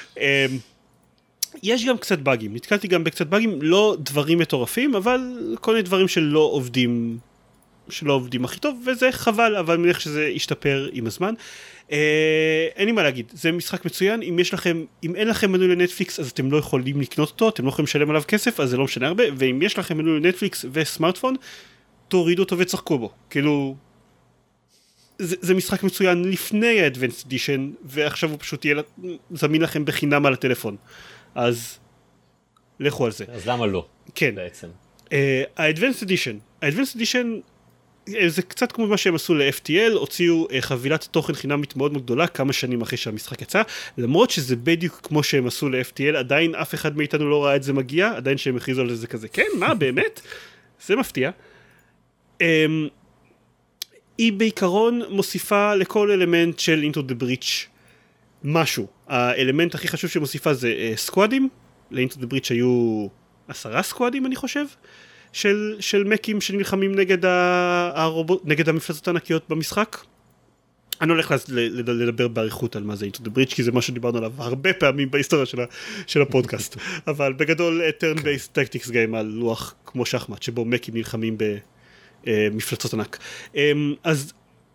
יש גם קצת באגים, נתקלתי גם בקצת באגים, לא דברים מטורפים, אבל כל מיני דברים שלא עובדים, שלא עובדים הכי טוב, וזה חבל, אבל מניח שזה ישתפר עם הזמן. אה, אין לי מה להגיד, זה משחק מצוין, אם יש לכם, אם אין לכם מנוי לנטפליקס, אז אתם לא יכולים לקנות אותו, אתם לא יכולים לשלם עליו כסף, אז זה לא משנה הרבה, ואם יש לכם מנוי לנטפליקס וסמארטפון, תורידו אותו וצחקו בו, כאילו, זה, זה משחק מצוין לפני ה-Advanced Edition, ועכשיו הוא פשוט יהיה זמין לכם בחינם על הטלפון, אז לכו על זה. אז למה לא? כן. בעצם. ה-Advanced Edition, ה-Advanced Edition, זה קצת כמו מה שהם עשו ל-אף טי אל, הוציאו חבילת תוכן חינמית מאוד מאוד גדולה כמה שנים אחרי שהמשחק יצא, למרות שזה בדיוק כמו שהם עשו ל-אף טי אל, עדיין אף אחד מאיתנו לא ראה את זה מגיע, עדיין שהם הכריזו על זה כזה, כן, מה, באמת? זה מפתיע. היא בעיקרון מוסיפה לכל אלמנט של Into the Breach משהו. האלמנט הכי חשוב שמוסיפה זה סקואדים, ל-Into the Breach היו עשרה סקואדים אני חושב, של, של מקים שנלחמים נגד, הרובוט, נגד המפלצות הענקיות במשחק. אני הולך לדבר בעריכות על מה זה Into the Breach, כי זה מה שדיברנו עליו הרבה פעמים בהיסטוריה של, של הפודקאסט. אבל בגדול, turn based tactics game על לוח כמו שחמט, שבו מקים נלחמים במפלצות ענק. אז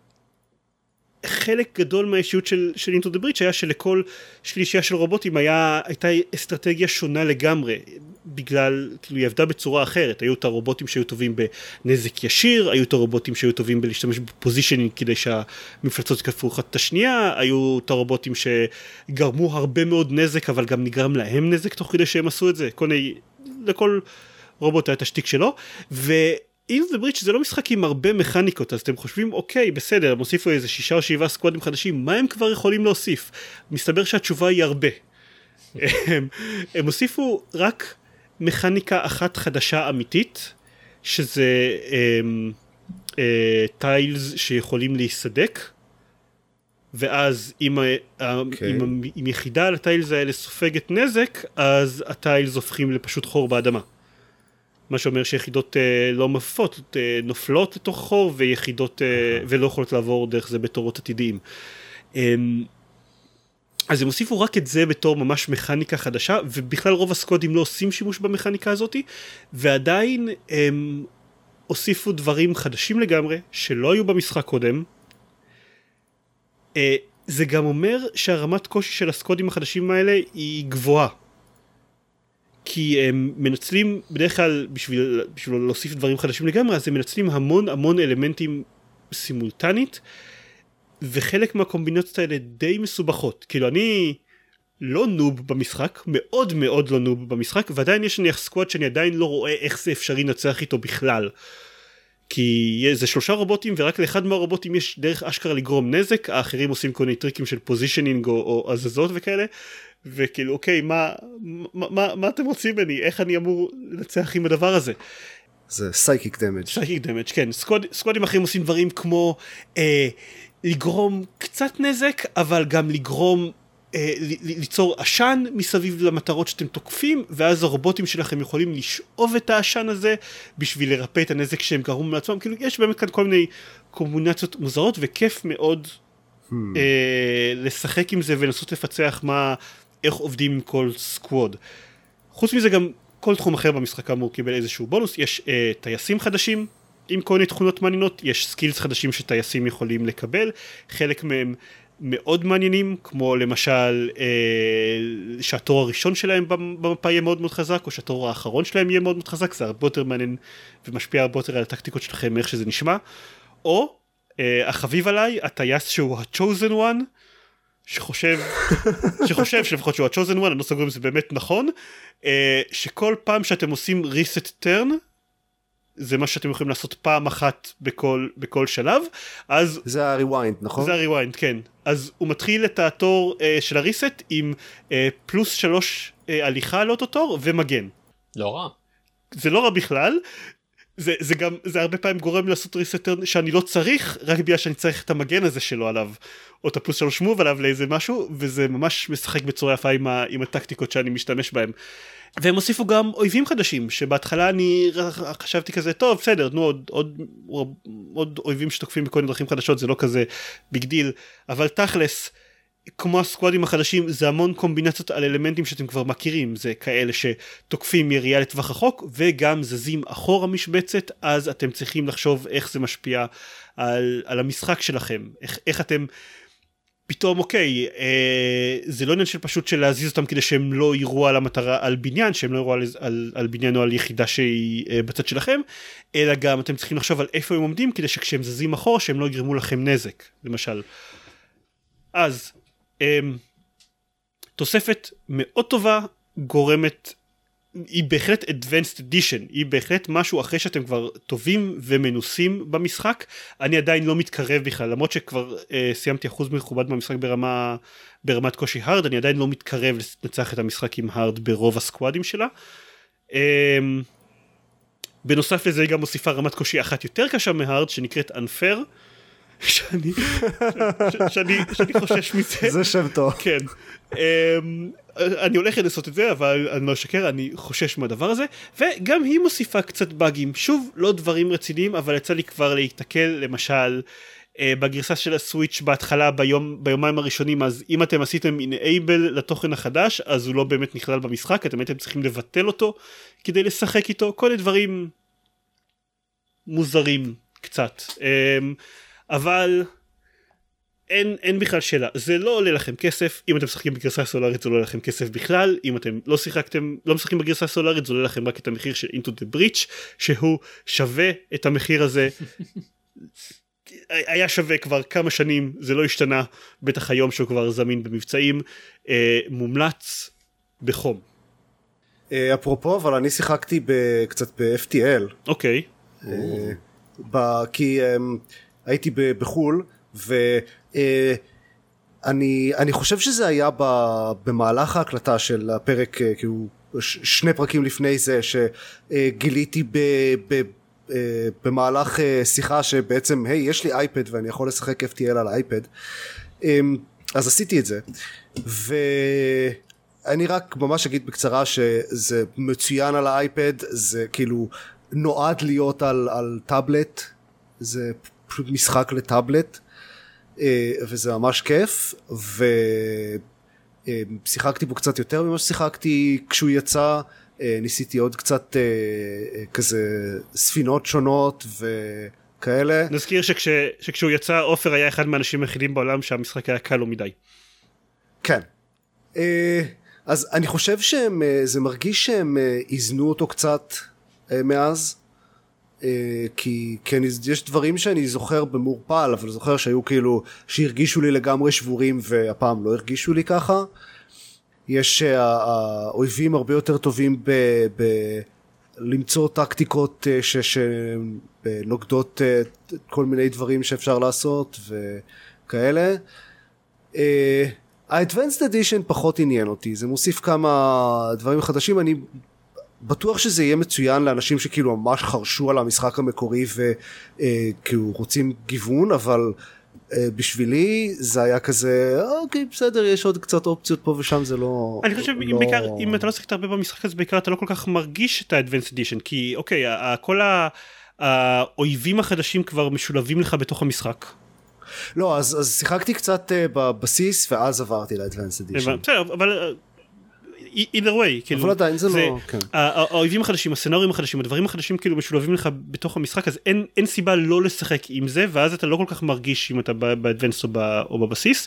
חלק גדול מהאישיות של, של Into the Breach היה שלכל שלישייה של רובוטים היה, הייתה אסטרטגיה שונה לגמרי, בגלל, כאילו היא עבדה בצורה אחרת, היו את הרובוטים שהיו טובים בנזק ישיר, היו את הרובוטים שהיו טובים בלהשתמש בפוזישנינג כדי שהמפלצות יקפו אחת את השנייה, היו את הרובוטים שגרמו הרבה מאוד נזק, אבל גם נגרם להם נזק תוך כדי שהם עשו את זה, כל, לכל רובוט היה את השטיק שלו, ו... Into the Breach זה לא משחק עם הרבה מכניקות, אז אתם חושבים, אוקיי, בסדר, הם הוסיפו איזה שישה או שבעה סקואדים חדשים, מה הם כבר יכולים להוסיף? מסתבר שהתשובה היא הרבה. הם, הם הוסיפו רק מכניקה אחת חדשה אמיתית, שזה הם, אה, טיילס שיכולים להיסדק, ואז אם, okay. אם, אם יחידה על הטיילס האלה סופגת נזק, אז הטיילס הופכים לפשוט חור באדמה. מה שאומר שיחידות אה, לא מפות, אה, נופלות לתוך חור, ויחידות, אה, ולא יכולות לעבור דרך זה בתורות עתידיים. אה, אז הם הוסיפו רק את זה בתור ממש מכניקה חדשה, ובכלל רוב הסקודים לא עושים שימוש במכניקה הזאת, ועדיין הם הוסיפו דברים חדשים לגמרי, שלא היו במשחק קודם. אה, זה גם אומר שהרמת קושי של הסקודים החדשים האלה היא גבוהה. כי הם מנצלים, בדרך כלל בשביל, בשביל להוסיף דברים חדשים לגמרי, אז הם מנצלים המון המון אלמנטים סימולטנית, וחלק מהקומבינציות האלה די מסובכות. כאילו אני לא נוב במשחק, מאוד מאוד לא נוב במשחק, ועדיין יש נניח סקוואד שאני עדיין לא רואה איך זה אפשרי לנצח איתו בכלל. כי זה שלושה רובוטים, ורק לאחד מהרובוטים יש דרך אשכרה לגרום נזק, האחרים עושים כל מיני טריקים של פוזישנינג או, או הזזות וכאלה, וכאילו אוקיי, מה, מה, מה, מה אתם רוצים ממני? איך אני אמור לנצח עם הדבר הזה? זה סייקיק דמג'. סייקיק דמג', כן. סקוד, סקודים אחרים עושים דברים כמו אה, לגרום קצת נזק, אבל גם לגרום, אה, ליצור עשן מסביב למטרות שאתם תוקפים, ואז הרובוטים שלכם יכולים לשאוב את העשן הזה, בשביל לרפא את הנזק שהם גרמו מעצמם. כאילו יש באמת כאן כל מיני קומבינציות מוזרות, וכיף מאוד hmm. אה, לשחק עם זה, ולנסות לפצח מה... איך עובדים עם כל סקווד. חוץ מזה גם כל תחום אחר במשחק אמור קיבל איזשהו בונוס, יש אה, טייסים חדשים עם כל מיני תכונות מעניינות, יש סקילס חדשים שטייסים יכולים לקבל, חלק מהם מאוד מעניינים, כמו למשל אה, שהתור הראשון שלהם במפה יהיה מאוד מאוד חזק, או שהתור האחרון שלהם יהיה מאוד מאוד חזק, זה הרבה יותר מעניין ומשפיע הרבה יותר על הטקטיקות שלכם, איך שזה נשמע, או אה, החביב עליי, הטייס שהוא ה-chosen one, שחושב, שחושב שלפחות שהוא ה-chosen one, אני לא סגור אם זה באמת נכון, שכל פעם שאתם עושים reset turn, זה מה שאתם יכולים לעשות פעם אחת בכל, בכל שלב, אז... זה ה-rewind, נכון? זה ה-rewind, כן. אז הוא מתחיל את התור uh, של ה-reset עם uh, פלוס שלוש uh, הליכה לאותו תור ומגן. לא רע. זה לא רע בכלל, זה, זה גם, זה הרבה פעמים גורם לעשות reset שאני לא צריך, רק בגלל שאני צריך את המגן הזה שלו עליו, או את הפלוס שלוש מוב עליו לאיזה משהו, וזה ממש משחק בצורה יפה עם, ה, עם הטקטיקות שאני משתמש בהם. והם הוסיפו גם אויבים חדשים, שבהתחלה אני חשבתי כזה, טוב, בסדר, נו, עוד, עוד, עוד, עוד אויבים שתוקפים בכל מיני דרכים חדשות, זה לא כזה ביג דיל, אבל תכלס, כמו הסקואדים החדשים, זה המון קומבינציות על אלמנטים שאתם כבר מכירים, זה כאלה שתוקפים ירייה לטווח רחוק, וגם זזים אחורה משבצת, אז אתם צריכים לחשוב איך זה משפיע על, על המשחק שלכם, איך, איך אתם... פתאום אוקיי, אה, זה לא עניין של פשוט של להזיז אותם כדי שהם לא יראו על המטרה, על בניין, שהם לא יראו על, על, על בניין או על יחידה שהיא אה, בצד שלכם, אלא גם אתם צריכים לחשוב על איפה הם עומדים, כדי שכשהם זזים אחור, שהם לא יגרמו לכם נזק, למשל. אז, אה, תוספת מאוד טובה, גורמת, היא בהחלט advanced edition, היא בהחלט משהו אחרי שאתם כבר טובים ומנוסים במשחק, אני עדיין לא מתקרב בכלל, למרות שכבר אה, סיימתי אחוז מכובד במשחק ברמה, ברמת קושי הרד, אני עדיין לא מתקרב לנצח את המשחק עם הרד ברוב הסקואדים שלה. אה, בנוסף לזה היא גם מוסיפה רמת קושי אחת יותר קשה מהרד, שנקראת unfair, שאני, ש, שאני, שאני חושש מזה. זה שם טוב. כן. אני הולך לנסות את זה, אבל אני לא אשקר, אני חושש מהדבר הזה, וגם היא מוסיפה קצת באגים, שוב, לא דברים רציניים, אבל יצא לי כבר להתקל, למשל, בגרסה של הסוויץ' בהתחלה, ביום, ביומיים הראשונים, אז אם אתם עשיתם enable לתוכן החדש, אז הוא לא באמת נכלל במשחק, אתם הייתם צריכים לבטל אותו, כדי לשחק איתו, כל הדברים מוזרים קצת, אבל... אין, אין בכלל שאלה, זה לא עולה לכם כסף, אם אתם משחקים בגרסה סולארית זה לא עולה לכם כסף בכלל, אם אתם לא שיחקתם, לא משחקים בגרסה סולארית זה עולה לכם רק את המחיר של Into the Breach, שהוא שווה את המחיר הזה, היה שווה כבר כמה שנים, זה לא השתנה, בטח היום שהוא כבר זמין במבצעים, אה, מומלץ בחום. אה, אפרופו, אבל אני שיחקתי קצת ב-אף טי אל. אוקיי. אה, כי אה, הייתי בחול, ואני אני חושב שזה היה במהלך ההקלטה של הפרק, כאילו שני פרקים לפני זה, שגיליתי ב, ב, במהלך שיחה שבעצם, היי, יש לי אייפד ואני יכול לשחק אף טי אל על האייפד, אז עשיתי את זה, ואני רק ממש אגיד בקצרה שזה מצוין על האייפד, זה כאילו נועד להיות על, על טאבלט, זה פשוט משחק לטאבלט, וזה ממש כיף, ושיחקתי בו קצת יותר ממה ששיחקתי כשהוא יצא, ניסיתי עוד קצת כזה ספינות שונות וכאלה. נזכיר שכש, שכשהוא יצא אופר היה אחד מהאנשים היחידים בעולם שהמשחק היה קל לו מדי. כן. אז אני חושב שזה מרגיש שהם איזנו אותו קצת מאז, כי, כי אני, יש דברים שאני זוכר במורפל, אבל זוכר שהיו כאילו, שהרגישו לי לגמרי שבורים, והפעם לא הרגישו לי ככה. יש האויבים הרבה יותר טובים ב, ב, למצוא טקטיקות ש, שנוגדות כל מיני דברים שאפשר לעשות, וכאלה. ה-Advanced Edition פחות עניין אותי, זה מוסיף כמה דברים חדשים, אני... בטוח שזה יהיה מצוין לאנשים שכאילו ממש חרשו על המשחק המקורי וכאילו רוצים גיוון, אבל בשבילי זה היה כזה, אוקיי, בסדר, יש עוד קצת אופציות פה ושם, זה לא... אני חושב, לא... בעיקר, אם אתה לא שחקת הרבה במשחק הזה, בעיקר אתה לא כל כך מרגיש את ה-Advanced Edition, כי אוקיי, כל האויבים החדשים כבר משולבים לך בתוך המשחק. לא, אז, אז שיחקתי קצת בבסיס ואז עברתי ל-Advanced Edition. בסדר, אבל... either way, כאילו, אבל עדיין זה לא, כן. האויבים החדשים, הסצנריונים החדשים, הדברים החדשים כאילו משולבים לך בתוך המשחק, אז אין, אין סיבה לא לשחק עם זה, ואז אתה לא כל כך מרגיש אם אתה באדוונס או בבסיס,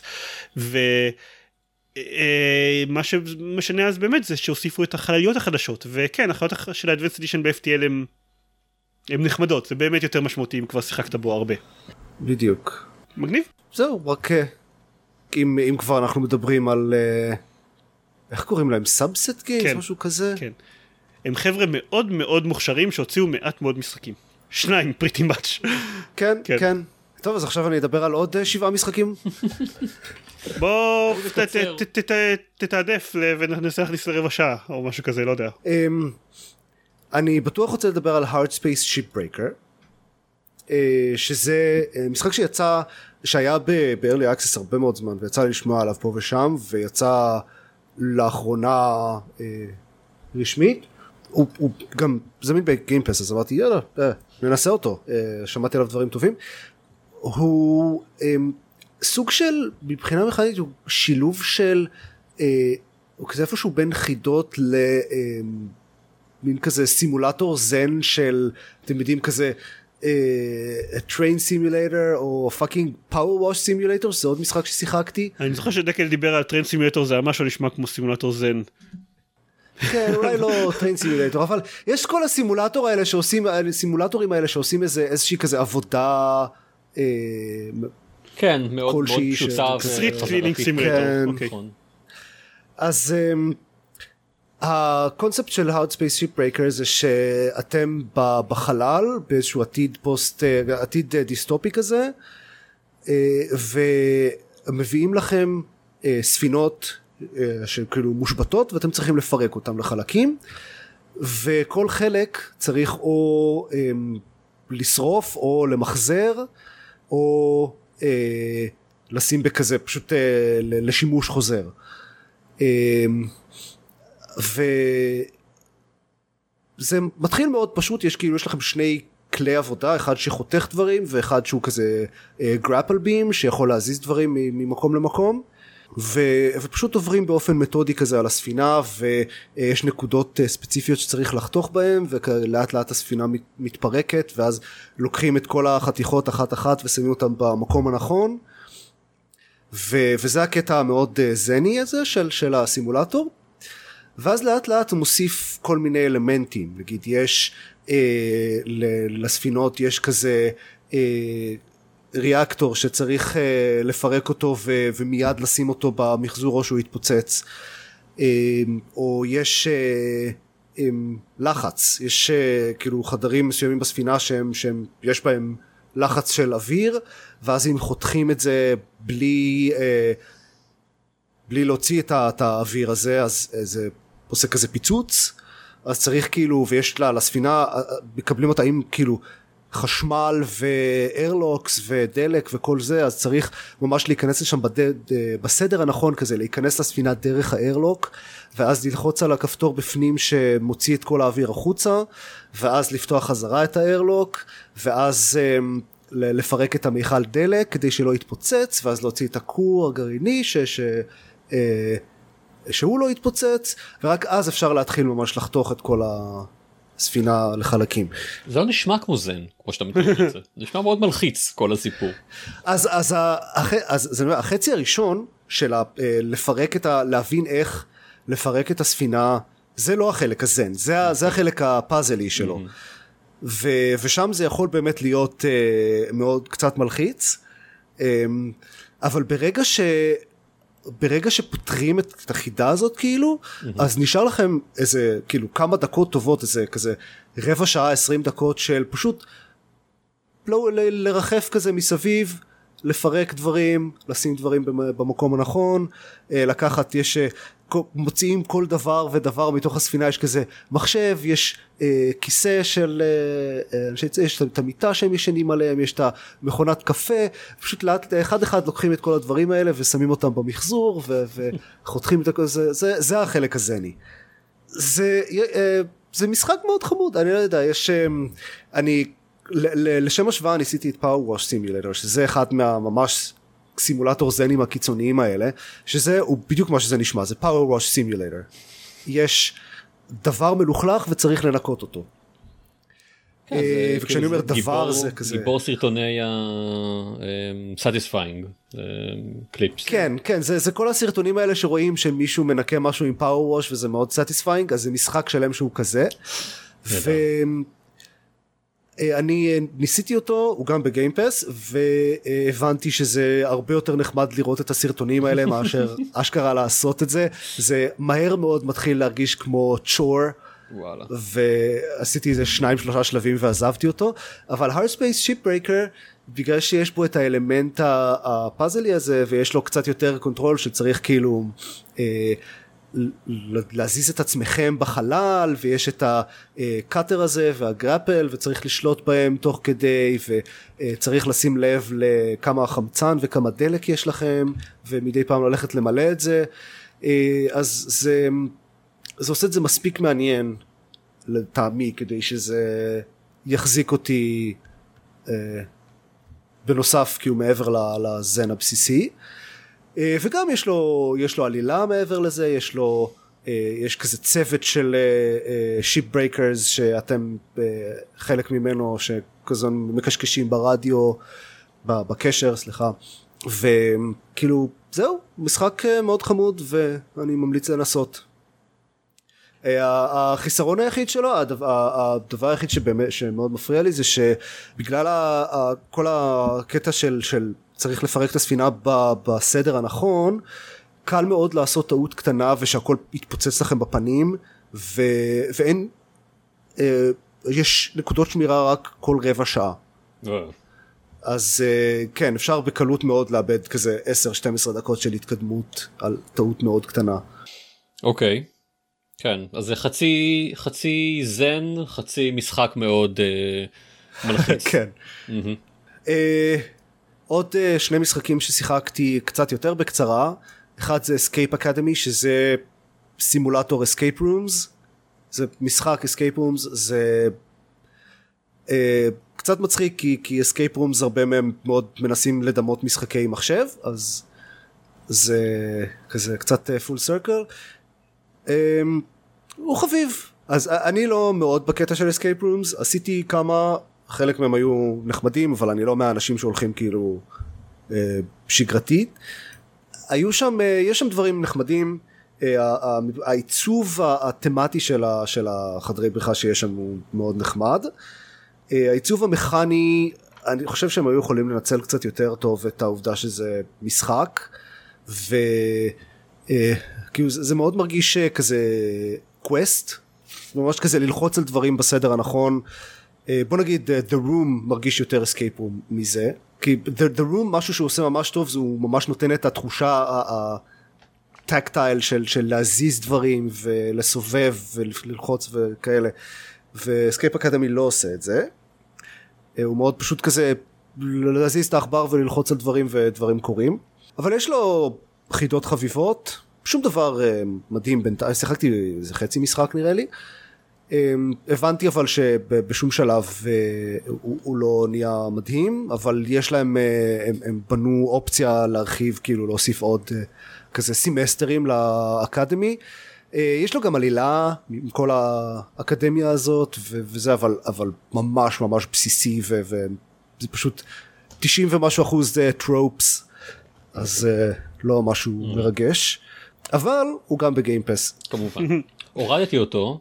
ומה שמשנה אז באמת זה שהוסיפו את החלליות החדשות, וכן, החלליות של האדוונס אדישן ב-אף טי אל הם נחמדות, זה באמת יותר משמעותי אם כבר שיחקת בו הרבה. בדיוק. מגניב? זהו, רק אם, אם כבר אנחנו מדברים על, איך קוראים להם? סאבסט גיימס? כן, משהו כזה? כן. הם חבר'ה מאוד מאוד מוכשרים שהוציאו מעט מאוד משחקים. שניים, pretty much. כן, כן. כן. טוב, אז עכשיו אני אדבר על עוד שבעה משחקים. בוא תתעדף וננסה להכניס לרבע שעה או משהו כזה, לא יודע. אני בטוח רוצה לדבר על Hard Space Shipbreaker, שזה משחק שיצא, שהיה ב-Early Access הרבה מאוד זמן, ויצא לשמוע עליו פה ושם, ויצא לאחרונה רשמית. הוא, הוא גם זמין בגיימפס, אז אמרתי יאללה, ננסה אותו, שמעתי עליו דברים טובים. הוא סוג של, מבחינה מכנית, הוא שילוב של, הוא כזה איפשהו בין חידות למין כזה סימולטור זן של, אתם יודעים כזה, Train Simulator או fucking Power Wash Simulator, זה עוד משחק ששיחקתי. אני זוכר שדקל דיבר על Train Simulator, זה ממש לא נשמע כמו סימולטור זן. כן, אולי לא Train Simulator, אבל יש כל הסימולטור האלה שעושים, הסימולטורים האלה שעושים איזושהי כזה עבודה, כן, מאוד מאוד פשוטה. Street Cleaning Simulator, אוקיי. אז הקונספט של Hard Space Shipbreaker זה שאתם בחלל, באיזשהו עתיד פוסט, עתיד דיסטופי כזה, ומביאים לכם ספינות שכאילו מושבתות, ואתם צריכים לפרק אותם לחלקים, וכל חלק צריך או לשרוף, או למחזר, או לשים בכזה, פשוט לשימוש חוזר. וזה מתחיל מאוד פשוט, יש כאילו, יש לכם שני כלי עבודה, אחד שחותך דברים, ואחד שהוא כזה גרפל בים, שיכול להזיז דברים ממקום למקום, ו... ופשוט עוברים באופן מתודי כזה על הספינה, ויש נקודות ספציפיות שצריך לחתוך בהם, ולאט לאט הספינה מתפרקת, ואז לוקחים את כל החתיכות אחת אחת, ושמים אותם במקום הנכון, ו... וזה הקטע המאוד זני הזה של, של הסימולטור, ואז לאט לאט הוא מוסיף כל מיני אלמנטים, נגיד יש אה, לספינות יש כזה אה, ריאקטור שצריך אה, לפרק אותו ו, ומיד לשים אותו במחזור או שהוא יתפוצץ, אה, או יש אה, אה, לחץ, יש אה, כאילו חדרים מסוימים בספינה שהם, שהם יש בהם לחץ של אוויר, ואז אם חותכים את זה בלי אה, בלי להוציא את, את האוויר הזה, אז זה עושה כזה פיצוץ, אז צריך כאילו, ויש לה, לספינה, מקבלים אותה עם כאילו חשמל ואיירלוקס ודלק וכל זה, אז צריך ממש להיכנס לשם בד... בסדר הנכון כזה, להיכנס לספינה דרך האיירלוק, ואז ללחוץ על הכפתור בפנים שמוציא את כל האוויר החוצה, ואז לפתוח חזרה את האיירלוק, ואז לפרק את המיכל דלק כדי שלא יתפוצץ, ואז להוציא את הכור הגרעיני ש... ש... שהוא לא יתפוצץ, ורק אז אפשר להתחיל ממש לחתוך את כל הספינה לחלקים. זה לא נשמע כמו זן, כמו שאתה מתאר את זה. זה נשמע מאוד מלחיץ, כל הסיפור. אז, אז, הח... אז זה, החצי הראשון של לפרק את ה... להבין איך לפרק את הספינה, זה לא החלק הזן, זה, זה החלק הפאזלי שלו. ו... ושם זה יכול באמת להיות מאוד קצת מלחיץ, אבל ברגע ש... ברגע שפותרים את החידה הזאת כאילו, mm-hmm. אז נשאר לכם איזה, כאילו, כמה דקות טובות, איזה כזה רבע שעה, עשרים דקות של פשוט לא, ל- לרחף כזה מסביב, לפרק דברים, לשים דברים במקום הנכון, לקחת, יש, מוציאים כל דבר ודבר מתוך הספינה, יש כזה מחשב, יש אה, כיסא של, אה, יש את המיטה שהם ישנים עליהם, יש את המכונת קפה, פשוט לאט, אחד אחד לוקחים את כל הדברים האלה ושמים אותם במחזור ו, וחותכים את הכל, זה, זה, זה החלק הזני. זה, אה, זה משחק מאוד חמוד, אני לא יודע, יש, אה, אני, לשם השוואה ניסיתי את Power Wash Simulator, שזה אחד מהממש סימולטור זנים הקיצוניים האלה, שזה הוא בדיוק מה שזה נשמע, זה Power Wash Simulator. יש דבר מלוכלך וצריך לנקות אותו. כן, וכשאני אומר דבר זה כזה... גיבור סרטוני ה-satisfying קליפס. כן, כן, זה, זה כל הסרטונים האלה שרואים שמישהו מנקה משהו עם Power Wash וזה מאוד satisfying, אז זה משחק שלם שהוא כזה. ו... אני ניסיתי אותו, הוא גם בגיימפס, והבנתי שזה הרבה יותר נחמד לראות את הסרטונים האלה מאשר אשכרה לעשות את זה. זה מהר מאוד מתחיל להרגיש כמו צ'ור, ועשיתי איזה שניים שלושה שלבים ועזבתי אותו. אבל Hardspace Shipbreaker, בגלל שיש פה את האלמנט הפאזלי הזה, ויש לו קצת יותר קונטרול שצריך כאילו להזיז את עצמכם בחלל, ויש את הקאטר הזה והגרפל, וצריך לשלוט בהם תוך כדי, וצריך לשים לב לכמה חמצן וכמה דלק יש לכם, ומדי פעם ללכת למלא את זה. אז זה, זה עושה את זה מספיק מעניין לטעמי, כדי שזה יחזיק אותי בנוסף, כי הוא מעבר לזן הבסיסי. וגם יש לו, יש לו עלילה מעבר לזה, יש לו, יש כזה צוות של שיפברייקרס שאתם חלק ממנו, שכזה מקשקשים ברדיו, בקשר, סליחה, וכאילו זהו, משחק מאוד חמוד ואני ממליץ לנסות. החיסרון היחיד שלו, הדבר היחיד שבאמת, שמאוד מפריע לי, זה שבגלל כל הקטע של, של צריך לפרק את הספינה בסדר הנכון, קל מאוד לעשות טעות קטנה ושהכל יתפוצץ לכם בפנים, ו, ואין, יש נקודות שמירה רק כל רבע שעה. אז כן, אפשר בקלות מאוד לאבד כזה עשר שתים עשרה דקות של התקדמות על טעות מאוד קטנה. אוקיי. כן, אז זה חצי, חצי זן, חצי משחק מאוד uh, מלחיץ. כן. Mm-hmm. Uh, עוד uh, שני משחקים ששיחקתי קצת יותר בקצרה. אחד זה Escape Academy, שזה סימולטור Escape Rooms. זה משחק Escape Rooms, זה uh, קצת מצחיק, כי, כי Escape Rooms הרבה מהם מאוד מנסים לדמות משחקי מחשב, אז זה כזה קצת uh, full circle. Um, הוא חביב. אז אני לא מאוד בקטע של Escape Rooms, עשיתי כמה, חלק מהם היו נחמדים, אבל אני לא מהאנשים שהולכים כאילו uh, שגרתית. היו שם, uh, יש שם דברים נחמדים, uh, העיצוב התמטי של, ה, של החדרי בריכה שיש שם הוא מאוד נחמד. Uh, העיצוב המכני, אני חושב שהם היו יכולים לנצל קצת יותר טוב את העובדה שזה משחק, ו... Uh, כאילו זה, זה מאוד מרגיש כזה קווסט, ממש כזה ללחוץ על דברים בסדר הנכון. בוא נגיד The Room מרגיש יותר Escape Room מזה, כי The, the Room משהו שהוא עושה ממש טוב, זה הוא ממש נותן את התחושה הטקטייל של, של להזיז דברים ולסובב וללחוץ וכאלה, ו-Escape Academy לא עושה את זה. הוא מאוד פשוט כזה להזיז את האחבר וללחוץ על דברים ודברים קורים, אבל יש לו חידות חביבות, שום דבר uh, מדהים, בינתיים, שיחקתי איזה חצי משחק נראה לי, um, הבנתי אבל שבשום שלב uh, הוא, הוא לא נהיה מדהים, אבל יש להם, uh, הם, הם בנו אופציה להרחיב, כאילו להוסיף עוד uh, כזה סימסטרים לאקדמי, uh, יש לו גם עלילה עם כל האקדמיה הזאת, ו- וזה אבל, אבל ממש ממש בסיסי, ו- וזה פשוט תשעים ומשהו אחוז זה טרופס, אז uh, לא משהו מרגש. אבל הוא גם בגיימפס. כמובן. הורדתי אותו,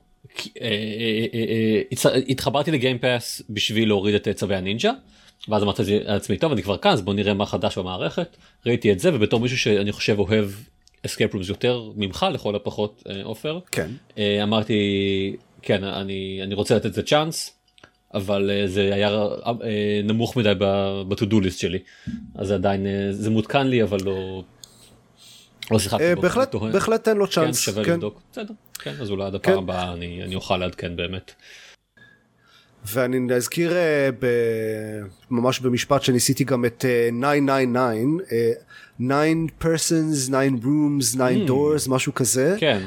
התחברתי לגיימפס בשביל להוריד את צווי הנינג'ה, ואז אמרתי לעצמי, טוב, אני כבר כאן, אז בוא נראה מה חדש במערכת. ראיתי את זה, ובתור מישהו שאני חושב אוהב Escape Rooms יותר ממך, לכל הפחות, אופר. כן. אמרתי, כן, אני רוצה לתת את זה צ'אנס, אבל זה היה נמוך מדי ב-to-do list שלי. אז עדיין, זה מותקן לי, אבל לא... לא שיחקתי בו. בהחלט תן לו צ'אנס. כן, שווה לבדוק. בסדר. כן, אז אולי עד הפעם הבאה אני אוכל לעדכן באמת. ואני אזכיר ממש במשפט שניסיתי גם את תשע תשע תשע, nine persons, nine rooms, nine doors, משהו כזה. כן.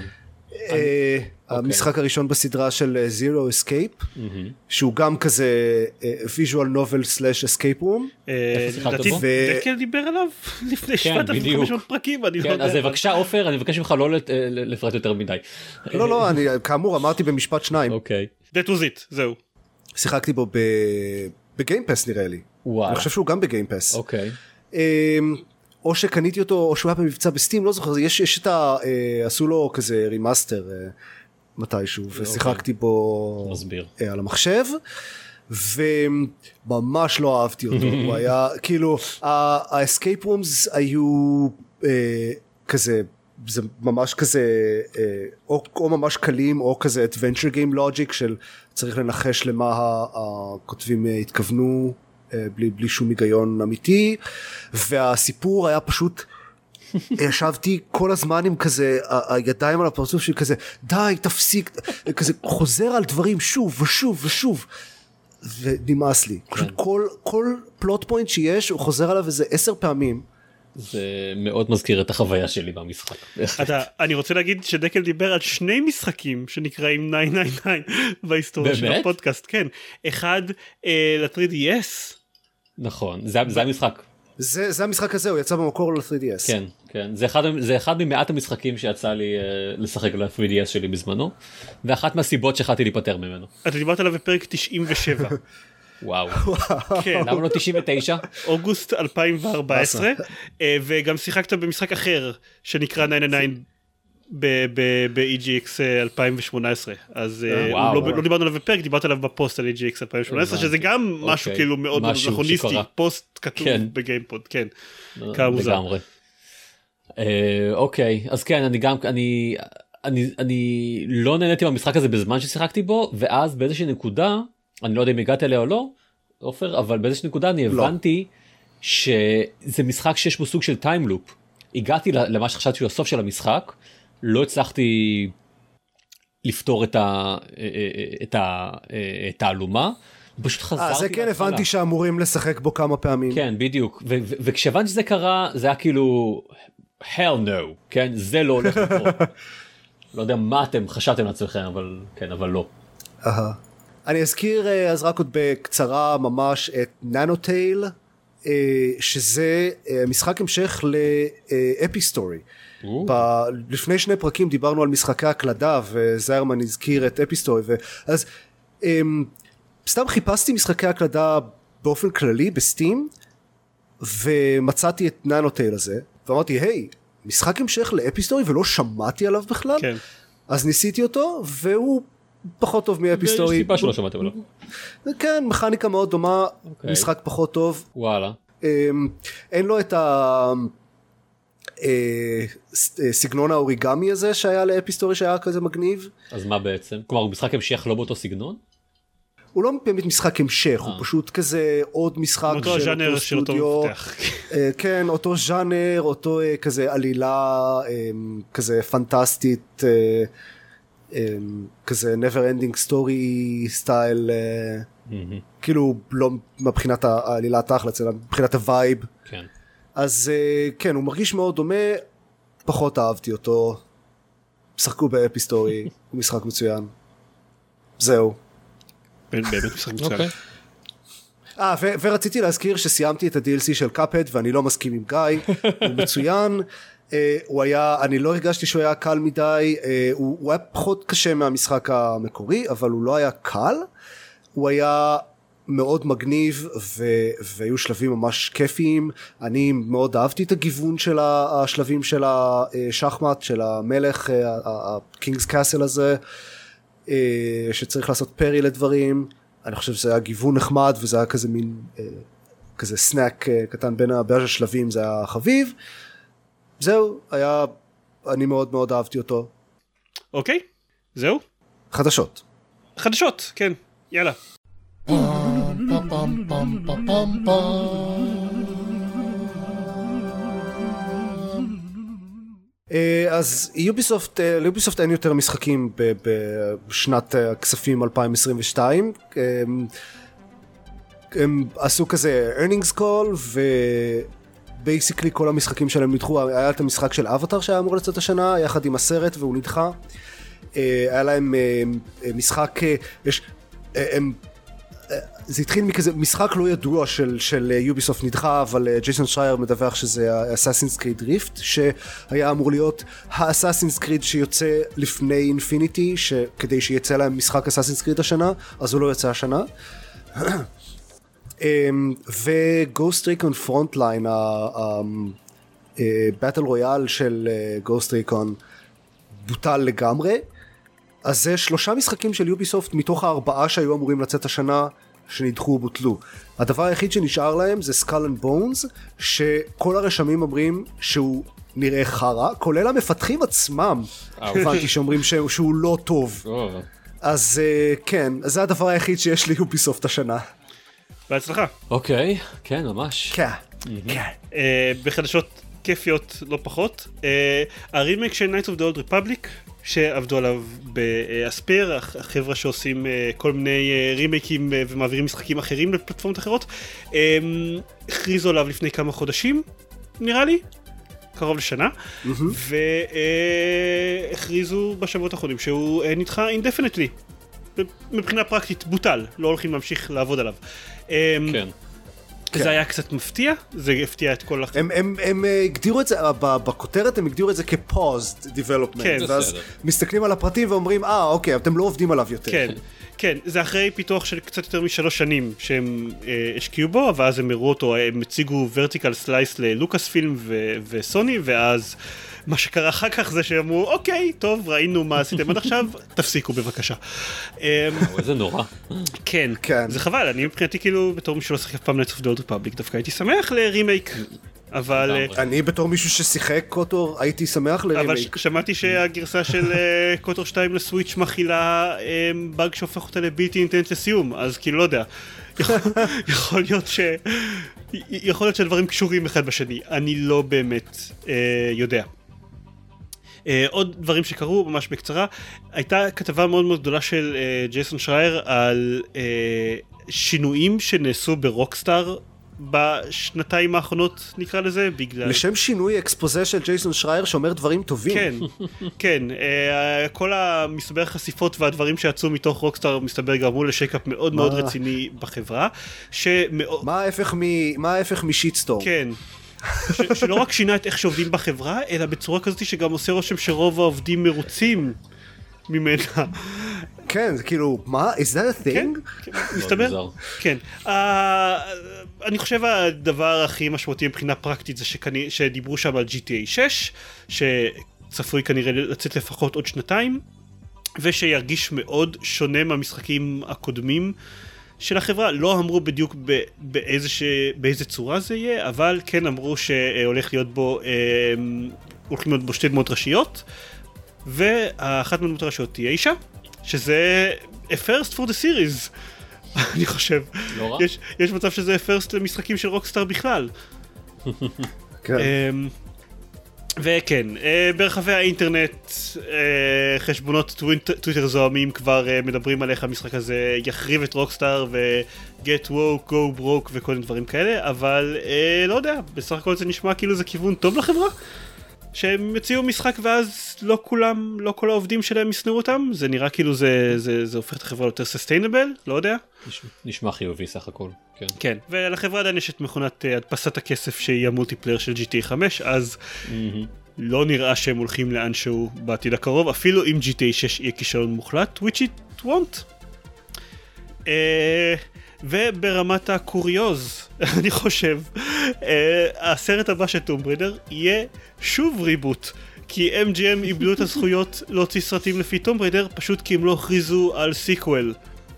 המשחק הראשון בסדרה של Zero Escape, שהוא גם כזה visual novel slash escape room. לדעתי דקל דיבר עליו לפני שבעת אלפים וחמש מאות פרקים. אז בבקשה עופר, אני מבקש ממך לא לפרט יותר מדי. לא, לא, אני כאמור אמרתי במשפט שניים. אוקיי. That was it, זהו. שיחקתי בו בגיימפס נראה לי. אני חושב שהוא גם בגיימפס. אוקיי. או שקניתי אותו, או שהוא היה במבצע בסטים, לא זוכר, יש, יש את ה... עשו לו כזה רימאסטר מתישהו, ושיחקתי בו מסביר. על המחשב, וממש לא אהבתי אותו, הוא היה, כאילו, ה-escape rooms היו אה, כזה, זה ממש כזה, אה, או, או ממש קלים, או כזה adventure game logic של צריך לנחש למה הכותבים התכוונו, אה, בלי, בלי שום היגיון אמיתי, והסיפור היה פשוט, ישבתי כל הזמן עם כזה, הידיים על הפרצוף שלי כזה, די, תפסיק, כזה חוזר על דברים שוב ושוב ושוב, ונמאס לי. פשוט כל, כל פלוט פוינט שיש, הוא חוזר עליו איזה עשר פעמים. זה מאוד מזכיר את החוויה שלי במשחק. אתה, אני רוצה להגיד שדקל דיבר על שני משחקים שנקראים תשע תשע תשע בהיסטוריה של הפודקאסט, כן. אחד ל-תרי די אס. נכון, זה, זה המשחק. זה, זה המשחק הזה, הוא יצא במקור ל-תרי די אס. כן, כן. זה אחד, זה אחד ממעט המשחקים שיצא לי uh, לשחק ל-תרי די אס שלי בזמנו, ואחת מהסיבות שהחלטתי להיפטר ממנו. אתה דיברת עליו בפרק תשעים ושבע. וואו. כן. למה לא תשעים ותשע? אוגוסט אלפיים וארבע עשרה, וגם שיחקת במשחק אחר שנקרא תשע תשע תשע ב-אי ג'י אקס אלפיים שמונה עשרה, אז לא דיברנו עליו בפרק, דיברת עליו בפוסט על אי ג'י אקס אלפיים שמונה עשרה, שזה גם משהו כאילו מאוד אנכרוניסטי, פוסט כתוב בגיימפוד, כן, כמוזר. אוקיי, אז כן, אני גם, אני, אני, אני לא נהניתי במשחק הזה בזמן ששיחקתי בו, ואז באיזושהי נקודה, אני לא יודע אם הגעת אליה או לא, אופר, אבל באיזושהי נקודה אני הבנתי שזה משחק שיש בו סוג של טיימלופ. הגעתי למה שחשבתי שהוא הסוף של המשחק, לא הצלחתי לפתור את ה, את ה, את התעלומה, פשוט חזרתי. אה, זה כן הבנתי שאמורים לשחק בו כמה פעמים. כן, בדיוק. וכשהבנתי שזה קרה, זה היה כאילו, hell no, כן? זה לא הולך לקרות. לא יודע מה אתם חשבתם לעצמכם, אבל כן, אבל לא. אהה. אני אזכיר אז רק עוד בקצרה ממש את ננוטייל, שזה משחק המשך לאפיסטורי. לפני שני פרקים דיברנו על משחקי הקלדה, וזיירמן הזכיר את אפיסטורי, אז סתם חיפשתי משחקי הקלדה באופן כללי בסטים, ומצאתי את ננוטייל הזה, ואמרתי, היי, משחק המשך לאפיסטורי, ולא שמעתי עליו בכלל, כן. אז ניסיתי אותו, והוא פחות טוב מאפיסטורי. יש סיבה שלא שמעתם עליו. כן, מכניקה מאוד דומה, okay. משחק פחות טוב. וואלה. אין לו את הסגנון האוריגמי הזה שהיה לאפיסטורי שהיה כזה מגניב. אז מה בעצם? כלומר, הוא משחק המשך לא באותו סגנון? הוא לא באמת משחק המשך, הוא פשוט כזה עוד משחק של אותו סטודיו. כן, אותו ז'אנר, אותו כזה עלילה כזה פנטסטית, כזה never ending story סטייל, כאילו לא מבחינת העלילה תכל'ס, אלא מבחינת הווייב. אז כן, הוא מרגיש מאוד דומה, פחות אהבתי אותו, שחקו באפיסטורי, הוא משחק מצוין. זהו. באמת משחק מצוין. אה, ורציתי להזכיר שסיימתי את ה-די אל סי של קאפהד, ואני לא מסכים עם גיא, הוא מצוין, הוא היה, אני לא הרגשתי שהוא היה קל מדי, הוא היה פחות קשה מהמשחק המקורי, אבל הוא לא היה קל, הוא היה מאוד מגניב, והיו שלבים ממש כיפיים, אני מאוד אהבתי את הגיוון של השלבים של השחמט, של המלך, הקינגס קאסל הזה, שצריך לעשות פרי לדברים, אני חושב שזה היה גיוון נחמד, וזה היה כזה מין, כזה סנאק קטן בין השלבים, זה היה חביב, זהו, היה, אני מאוד מאוד אהבתי אותו. אוקיי, זהו? חדשות. חדשות, כן, יאללה. אז יוביסופט, ליוביסופט אין יותר משחקים בשנת הכספים אלפיים עשרים ושתיים, הם עשו כזה earnings call, ובייסיקלי כל המשחקים שלהם נדחו. היה את המשחק של אבטר שהיה אמור לצאת השנה, יחד עם הסרט, והוא נדחה. היה להם משחק, יש, הם, זה התחיל מכזה משחק לא ידוע של, של יוביסופט נדחה, אבל ג'ייסון שרייר מדווח שזה אסאסינס קריד ריפט, שהיה אמור להיות האסאסינס קריד שיוצא לפני אינפיניטי, כדי שיצא להם משחק אסאסינס קריד השנה, אז הוא לא יצא השנה. וגוסט ריקון פרונטליין, הבטל רויאל של גוסט ריקון בוטל לגמרי, אז זה שלושה משחקים של יוביסופט מתוך הארבעה שהיו אמורים לצאת השנה, שנדחו ובוטלו. הדבר היחיד שנשאר להם זה סקל אנד בונס, שכל הרשמים אומרים שהוא נראה חרה, כולל המפתחים עצמם, הבנתי שאומרים שהוא, שהוא לא טוב. אז כן, זה הדבר היחיד שיש לי יוביסופט השנה. בהצלחה. אוקיי, כן, ממש. כן, כן. בחדשות כיפיות לא פחות, הרימייק של Knights of the Old Republic, שעבדו עליו באספר, החבר'ה שעושים כל מיני רימייקים ומעבירים משחקים אחרים לפלטפורמות אחרות, הכריזו עליו לפני כמה חודשים, נראה לי, קרוב לשנה, והכריזו בשבועות האחרונים שהוא נדחה indefinitely. מבחינה פרקטית בוטל, לא הולכים להמשיך לעבוד עליו. כן. זה היה קצת מפתיע, זה הפתיע את כל החבר'ה. הם הגדירו את זה, בכותרת הם הגדירו את זה כ-paused development, ואז מסתכלים על הפרטים ואומרים, אה, אוקיי, אתם לא עובדים עליו יותר. כן, כן, זה אחרי פיתוח של קצת יותר משלוש שנים שהם השקיעו בו, ואז הם הראו אותו, הם הציגו vertical slice ללוקאס פילם וסוני, ואז מה שקרה אחר כך זה שאמרו, אוקיי, טוב, ראינו מה עשיתם עד עכשיו, תפסיקו בבקשה. זה נורא. כן, זה חבל, אני מבחינתי כאילו, בתור מישהו לא שחק פעם Knights of the Old Republic, דווקא הייתי שמח לרימייק, אבל... אני בתור מישהו ששיחק קוטור, הייתי שמח לרימייק. אבל שמעתי שהגרסה של קוטור שתיים לסוויץ' מכילה באג שהופך אותה לבלתי אינטנט לסיום, אז כאילו לא יודע. יכול להיות ש... יכול להיות שהדברים קשורים אחד בשני, אני לא באמת יודע. Uh, עוד דברים שקרו ממש בקצרה, הייתה כתבה מאוד מאוד גדולה של uh, ג'ייסון שרייר על uh, שינויים שנעשו ברוקסטאר בשנתיים האחרונות, נקרא לזה, בגלל... לשם שינוי אקספוזה של ג'ייסון שרייר שאומר דברים טובים. כן, כן, uh, כל המסבר חשיפות והדברים שיצאו מתוך רוקסטאר מסתבר גרמו לשייקאפ מאוד מאוד רציני בחברה, שמאוד... מה ההפך מ... מה ההפך משיטסטורם? כן. ש- שלא רק שינה את איך שעובדים בחברה, אלא בצורה כזאת שגם עושה רושם שרוב העובדים מרוצים ממנה. כן, זה כאילו, מה? is that a thing? כן, כן, מסתבר? כן. Uh, אני חושב הדבר הכי משמעותי מבחינה פרקטית זה שכני, שדיברו שם על ג'י טי איי שש, שצפוי כנראה לצאת לפחות עוד שנתיים, ושירגיש מאוד שונה מהמשחקים הקודמים, של החברה. לא אמרו בדיוק באיזה, ש... באיזה צורה זה יהיה, אבל כן אמרו שהולך להיות בו, הולכים להיות בו שתי דמות ראשיות, ואחת מהדמות הראשיות תהיה אישה, שזה a first for the series, אני חושב. לא רע. יש, יש מצב שזה a first למשחקים של רוקסטאר בכלל. כן. וכן, ברחבי האינטרנט חשבונות טוויטר זוהמים כבר מדברים על איך המשחק הזה יחריב את רוקסטאר ו-get woke, go broke וכל מיני דברים כאלה, אבל לא יודע, בסך הכל זה נשמע כאילו זה כיוון טוב לחברה, שהם יציעו משחק ואז לא כולם, לא כל העובדים שלהם ישנאו אותם, זה נראה כאילו זה, זה, זה הופך את החברה יותר sustainable, לא יודע. נשמע, נשמע חיובי סך הכל, כן. כן, ולחברה עדיין יש את מכונת הדפסת הכסף שהיא המולטיפלייר של ג'י טי איי חמש, אז mm-hmm. לא נראה שהם הולכים לאנשהו בעתיד הקרוב, אפילו אם ג'י טי איי שש יהיה כישלון מוחלט, which it won't. Uh, וברמת הקוריוז, אני חושב, uh, הסרט הבא של טום ברידר יהיה שוב ריבוט, כי אם ג'י אם איבדו את הזכויות להוציא סרטים לפי טום ברידר, פשוט כי הם לא הכריזו על סיקוול.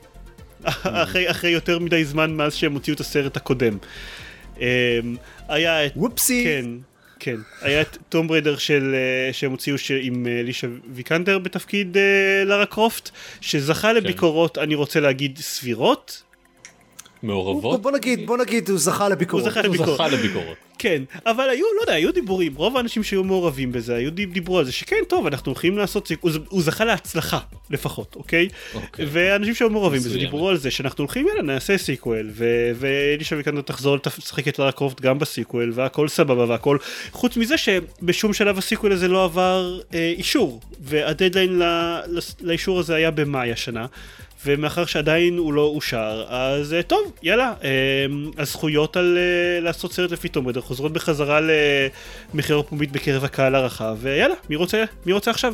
אחרי, אחרי יותר מדי זמן מאז שהם הוציאו את הסרט הקודם. היה את... וופסי! כן, כן. היה את טום בריידר של, שהם הוציאו עם לישה ויקנדר בתפקיד לארה קרופט, שזכה לביקורות, אני רוצה להגיד, סבירות. מעורבות? בוא נגיד, בוא נגיד, הוא זכה לביקורות. הוא זכה לביקורות. הוא זכה לביקורות. כן, אבל היו, לא יודע, היו דיבורים, רוב האנשים שהיו מעורבים בזה, היו דיברו על זה, שכן, טוב, אנחנו הולכים לעשות, הוא, הוא זכה להצלחה, לפחות, אוקיי? אוקיי. ואנשים שהיו מעורבים בזה, דיברו על זה, שאנחנו הולכים, יאללה, נעשה סיקוול, ולישה ויקנדר תחזור לשחק את לארה קרופט גם בסיקוול, והכל סבבה, והכל, חוץ מזה שבשום שלב הסיקוול הזה לא עבר אה, אישור, והדדליין לאישור הזה היה במאי השנה, ומאחר שעדיין הוא לא אושר, אז טוב, יאללה, הזכויות על לעשות סרט לפי טום ברידר חוזרות בחזרה למחיר פומבית בקרב הקהל הרחב, ויאללה, מי רוצה, מי רוצה עכשיו?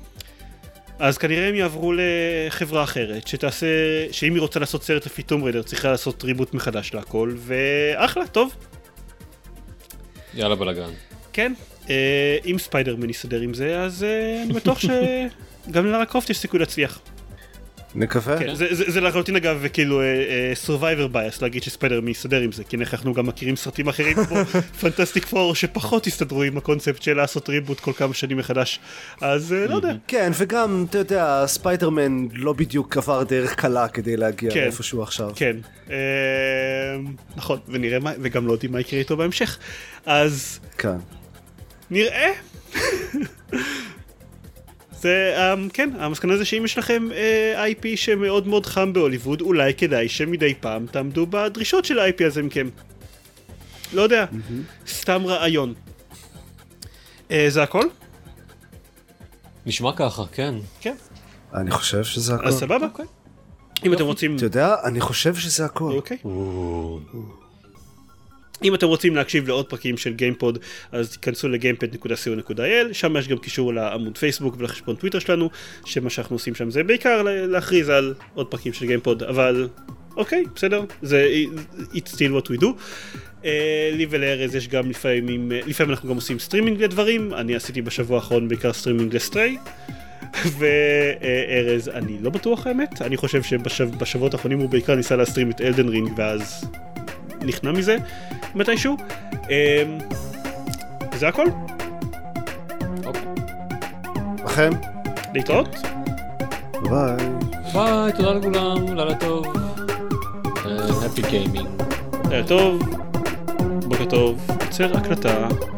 אז כנראה הם יעברו לחברה אחרת, שתעשה, שאם היא רוצה לעשות סרט לפי טום ברידר, צריכה לעשות ריבוט מחדש להכל, ואחלה, טוב. יאללה בלגן. כן, אם ספיידרמן יסדר עם זה, אז אני בטוח שגם ללארה קרופט יש סיכוי להצליח. נקווה. כן, זה, זה, זה לחלוטין אגב וכאילו uh, survivor bias להגיד שספיידר מסתדר עם זה, כי אנחנו גם מכירים סרטים אחרים כמו פנטסטיק פור שפחות הסתדרו עם הקונספט של לעשות ריבוט כל כמה שנים מחדש, אז uh, לא יודע. כן, וגם אתה יודע ספיידרמן לא בדיוק עבר דרך קלה כדי להגיע כן, איפשהו עכשיו. כן, uh, נכון, ונראה מה, וגם לא יודעים מה יקרה איתו בהמשך, אז כן. נראה. זה, um, כן, המסקנה זה שאם יש לכם uh, איי פי שמאוד מאוד חם בהוליווד, אולי כדאי שמדי פעם תעמדו בדרישות של ה-איי פי הזה מכם. לא יודע, mm-hmm. סתם רעיון. Uh, זה הכל? נשמע ככה, כן. כן. אני חושב שזה הכל. אז סבבה. Okay. אם אתם רוצים... אתה יודע, אני חושב שזה הכל. אוקיי. Okay. אם אתם רוצים להקשיב לעוד פרקים של גיימפוד, אז תיכנסו ל-גיימפד נקודה סי או נקודה איי אל, שם יש גם קישור לעמוד פייסבוק ולחשבון טוויטר שלנו, שמה שאנחנו עושים שם זה בעיקר להכריז על עוד פרקים של גיימפוד, אבל אוקיי, בסדר, זה it's still what we do. Uh, לי ולארז יש גם לפעמים, לפעמים אנחנו גם עושים סטרימינג לדברים, אני עשיתי בשבוע האחרון בעיקר סטרימינג לסטריי, וארז אני לא בטוח האמת, אני חושב שבשבועות האחרונים הוא בעיקר ניסה להסטרים את אלדן רינג ואז נכנע מזה מתישהו. זה הכל? לכם להתראות? ביי ביי, תודה לכולם, לילה טוב, Happy Gaming. לילה טוב, בוקר טוב, יוצר הקלטה